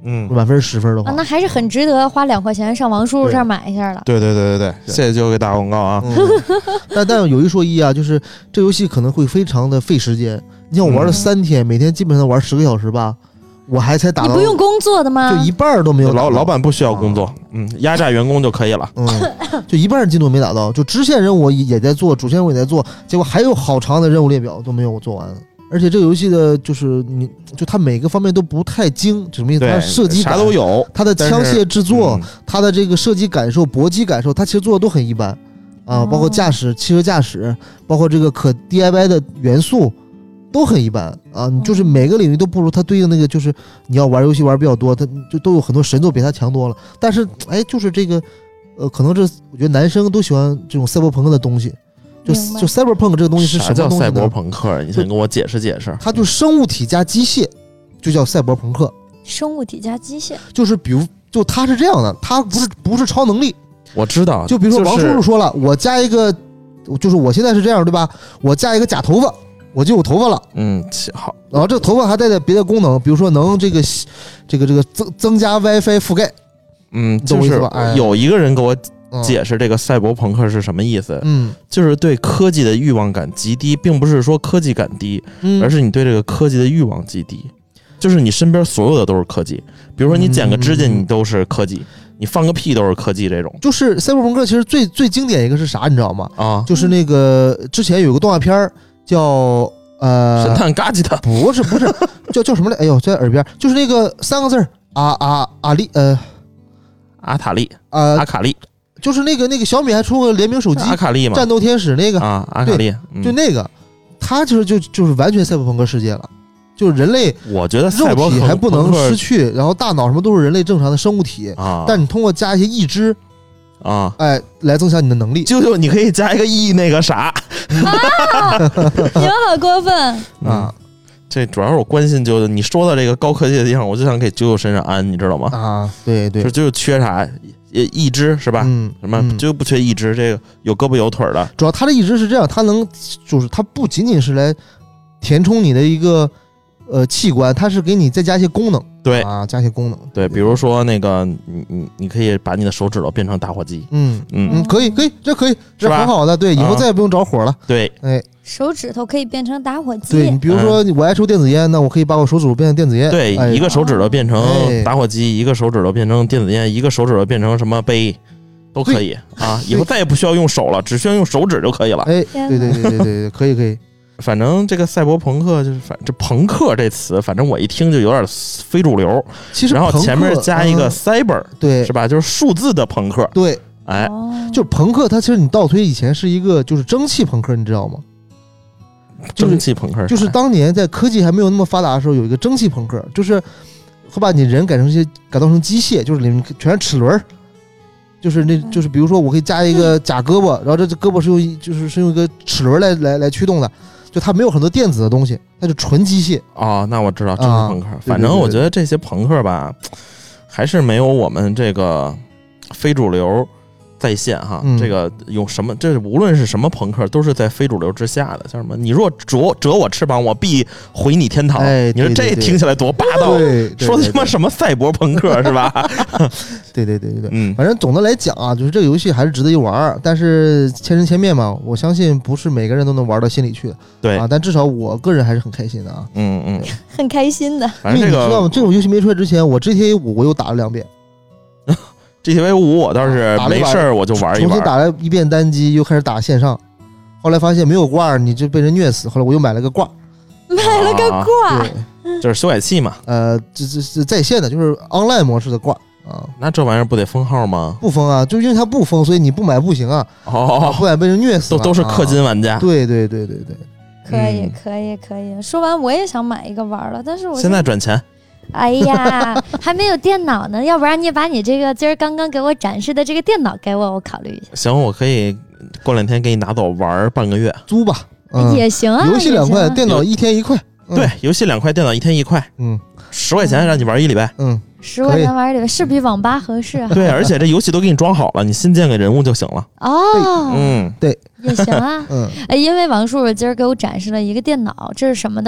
嗯， 满分十分的话， 啊，那还是很值得花两块钱上王叔叔这儿买一下的。 对对对对对，谢谢就给打广告啊。 嗯、但但有一说一啊，就是这游戏可能会非常的费时间。你像我玩了三天，嗯、每天基本上玩十个小时吧，我还才打到。 你不用工作的吗？ 就一半都没有打到。 老老板不需要工作，嗯，压榨员工就可以了。 嗯，就一半进度没打到，就支线任务也在做，主线任务也在做，结果还有好长的任务列表都没有做完。而且这个游戏的就是你就它每个方面都不太精，什么意思？它射击啥都有， 它的枪械制作、嗯、它的这个射击感受、搏击感受，它其实做的都很一般啊、哦，包括驾驶、汽车驾驶，包括这个可 D I Y 的元素都很一般啊。你就是每个领域都不如它对应那个，就是你要玩游戏玩比较多，它就都有很多神作比它强多了。但是哎，就是这个呃，可能这我觉得男生都喜欢这种赛博朋克的东西。就就 cyberpunk 这个东西是什么东西呢？ 啥叫赛博朋克？你先跟我解释解释。 它就是生物体加机械，就叫赛博朋克。 生物体加机械， 就是比如，就它是这样的，它不是不是超能力。 我知道。 就比如说王叔叔说了，就是、我加一个，就是我现在是这样，对吧？我加一个假头发，我就有头发了。 嗯，好。 然后这个头发还带点别的功能，比如说能这个这个这个增增加 WiFi 覆盖。 嗯，就是有一个人给我解释这个赛博朋克是什么意思？ 嗯， 就是对科技的欲望感极低，并不是说科技感低， 嗯、 而是你对这个科技的欲望极低。就是你身边所有的都是科技，比如说你剪个指甲，你都是科技；嗯、你放个屁都是科技。这种就是赛博朋克，其实最最经典一个是啥，你知道吗？ 啊， 就是那个之前有个动画片叫呃神探嘎吉他， 不是不是叫叫什么来？哎呦，在耳边，就是那个三个字儿阿阿阿丽呃阿塔丽呃阿卡丽。 就是那个那个小米还出个联名手机阿卡丽嘛， 战斗天使那个啊，阿卡丽， 嗯、就那个，它就是就就是完全赛博朋克世界了，就是人类， 我觉得肉体还不能失去，然后大脑什么都是人类正常的生物体啊， 但你通过加一些义肢啊， 哎，来增强你的能力。 就就你可以加一个义那个啥， 啊、你们好过分啊！ 这主要是我关心啾啾，你说到这个高科技的地方，我就想给啾啾身上安，你知道吗？ 啊，对对， 就啾啾缺啥？义肢是吧？ 嗯， 什么就不缺义肢，这个有胳膊有腿的。 主要它的义肢是这样，它能就是它不仅仅是来填充你的一个呃器官，它是给你再加一些功能。 对啊，加一些功能。 对，比如说那个你你你可以把你的手指头变成打火机。 嗯嗯嗯，可以可以，这可以，这很好的。对，以后再也不用着火了。 对， 哎， 手指头可以变成打火机。 对，你比如说我爱抽电子烟，那我可以把我手指头变成电子烟。 对，一个手指头变成打火机，一个手指头变成电子烟，一个手指头变成什么杯，都可以啊！以后再也不需要用手了，只需要用手指就可以了。 哎，对对对对对对，可以可以。 反正这个赛博朋克就是反这朋克这词，反正我一听就有点非主流。 其实然后前面加一个 cyber，、嗯、 对， 是吧？就是数字的朋克。 对， 哎， 就是朋克，它其实你倒推以前是一个就是蒸汽朋克，你知道吗？ 蒸汽朋克就是当年在科技还没有那么发达的时候，有一个蒸汽朋克，就是会把你人改成一些改造成机械，就是里面全是齿轮。就是那，就是比如说，我可以加一个假胳膊，然后这胳膊是用就是是用一个齿轮来来来驱动的，就它没有很多电子的东西，它就纯机械。 哦，那我知道，这是朋克。啊、反正我觉得这些朋克吧，还是没有我们这个非主流在线哈。 嗯、 这个有什么？这无论是什么朋克，都是在非主流之下的。像什么？你若折折我翅膀，我必回你天堂。 哎， 你说这听起来多霸道？ 对， 说他妈什么赛博朋克是吧？ 对对对对对， 嗯， 反正总的来讲啊，就是这个游戏还是值得一玩，但是千人千面嘛，我相信不是每个人都能玩到心里去的。 对啊，但至少我个人还是很开心的啊。 嗯嗯， 很开心的。 反正这个你知道吗？这种游戏没出来之前，我 G T A 五我又打了两遍。 G T A 五我倒是没事儿，我就玩一玩。 重新打了一遍单机，又开始打线上，后来发现没有挂，你就被人虐死。后来我又买了个挂， 买了个挂， 对， 就是修改器嘛。 呃，这这是在线的，就是 online 模式的挂啊。 那这玩意儿不得封号吗？ 不封啊，就因为它不封，所以你不买不行啊。 哦， 不买被人虐死了。 都都是氪金玩家。 对对对对对， 可以可以可以。说完我也想买一个玩了，但是我现在转钱。 哎呀，还没有电脑呢，要不然你把你这个今儿刚刚给我展示的这个电脑给我，我考虑一下。 行，我可以过两天给你拿走玩半个月， 租吧， 嗯、也行啊。 游戏两块，电脑一天一块。 嗯、对，游戏两块，电脑一天一块。 嗯， 十块钱让你玩一礼拜。 嗯， 十块钱玩一礼拜是比网吧合适、啊。 对，而且这游戏都给你装好了，你新建个人物就行了。 哦， 嗯， 对， 也行啊。 嗯， 哎，因为王叔叔今儿给我展示了一个电脑，这是什么的？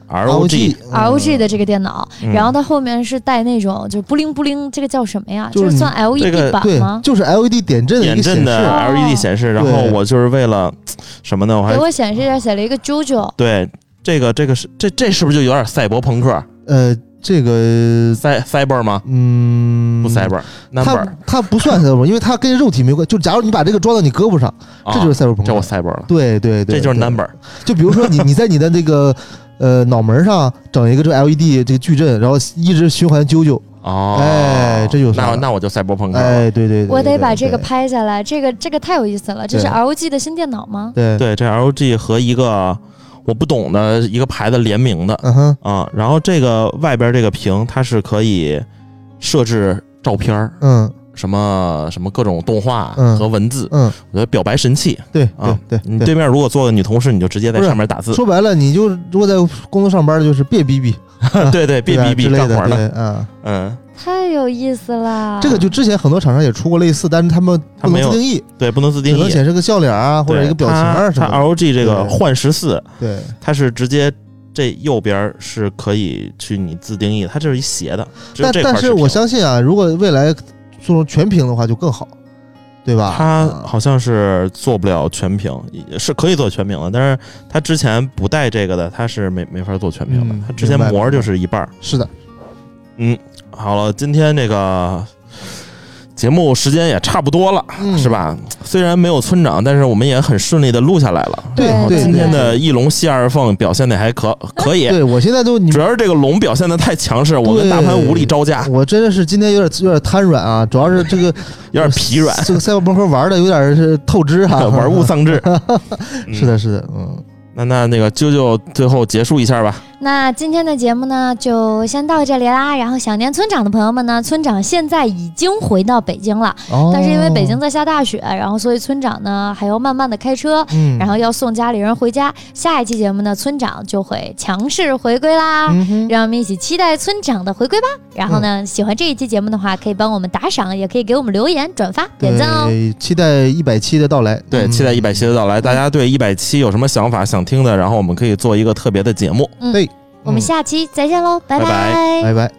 R O G R O G 的这个电脑， 嗯、 然后它后面是带那种就是布灵布灵，这个叫什么呀？ 就是算 L E D 版吗？ 对，就是 L E D 点阵的一个显示点阵的 L E D 显示。然后我就是为了什么呢？我还给我显示一下，写了一个 JoJo。 对，这个这个是这这是不是就有点赛博朋克？ 呃，这个赛 cyber 吗？ 嗯， 不 cyber， 它它不算 cyber，因为它跟肉体没关。就假如你把这个装到你胳膊上， 啊、 这就是 cyber 朋克。 这我 cyber 了。 对对 对， 这就是 number。 就比如说你你在你的那个呃脑门上整一个这个 L E D 这个矩阵，然后一直循环啾啾。 哦， 哎，这就是那那我就赛博朋克。 哎，对 对, 对, 对， 我得把这个拍下来。这个这个太有意思了。这是 R O G 的新电脑吗？ 对对，这 R O G 和一个我不懂的一个牌子联名的。 嗯哼啊，然后这个外边这个屏它是可以设置照片， 嗯， 什么什么各种动画和文字， 嗯， 我觉得表白神器。 对啊， 对对， 你对面如果坐个女同事，你就直接在上面打字。 说白了，你就如果在工作上班，就是别逼逼。 对对，别逼逼干活呢。 嗯嗯， 太有意思了。 这个就之前很多厂商也出过类似，但是他们不能自定义， 对，不能自定义， 只能显示个笑脸啊，或者一个表情啊什么的。 它 R O G 这个幻十四， 对， 它是直接这右边是可以去你自定义，它这是一斜的。 但但是我相信啊，如果未来做成全屏的话就更好。对吧？ 它好像是做不了全屏，是可以做全屏的，但是它之前不带这个的，它是没没法做全屏的。它、嗯、之前膜就是一半。 是的， 嗯，好了，今天这个节目时间也差不多了，嗯、是吧？虽然没有村长，但是我们也很顺利的录下来了。 对对， 今天的翼龙西二凤表现的还可可以。 对我现在都主要是这个龙表现的太强势，我跟大潘无力招架。 我真的是今天有点有点瘫软啊，主要是这个有点疲软。 这个赛博朋克玩的有点是透支哈、啊， 玩物丧志。 是的，是的，嗯。 那那那个啾啾最后结束一下吧。 那今天的节目呢，就先到这里啦。然后想念村长的朋友们呢，村长现在已经回到北京了，哦、但是因为北京在下大雪，然后所以村长呢还要慢慢的开车，嗯、然后要送家里人回家。下一期节目呢，村长就会强势回归啦，嗯、让我们一起期待村长的回归吧。然后呢，嗯、喜欢这一期节目的话，可以帮我们打赏，也可以给我们留言、转发、点赞哦。 期待一百期的到来， 对，期待一百期的到来。大家对一百期有什么想法、想听的，然后我们可以做一个特别的节目。 嗯，对。我们下期再见喽，拜拜拜拜。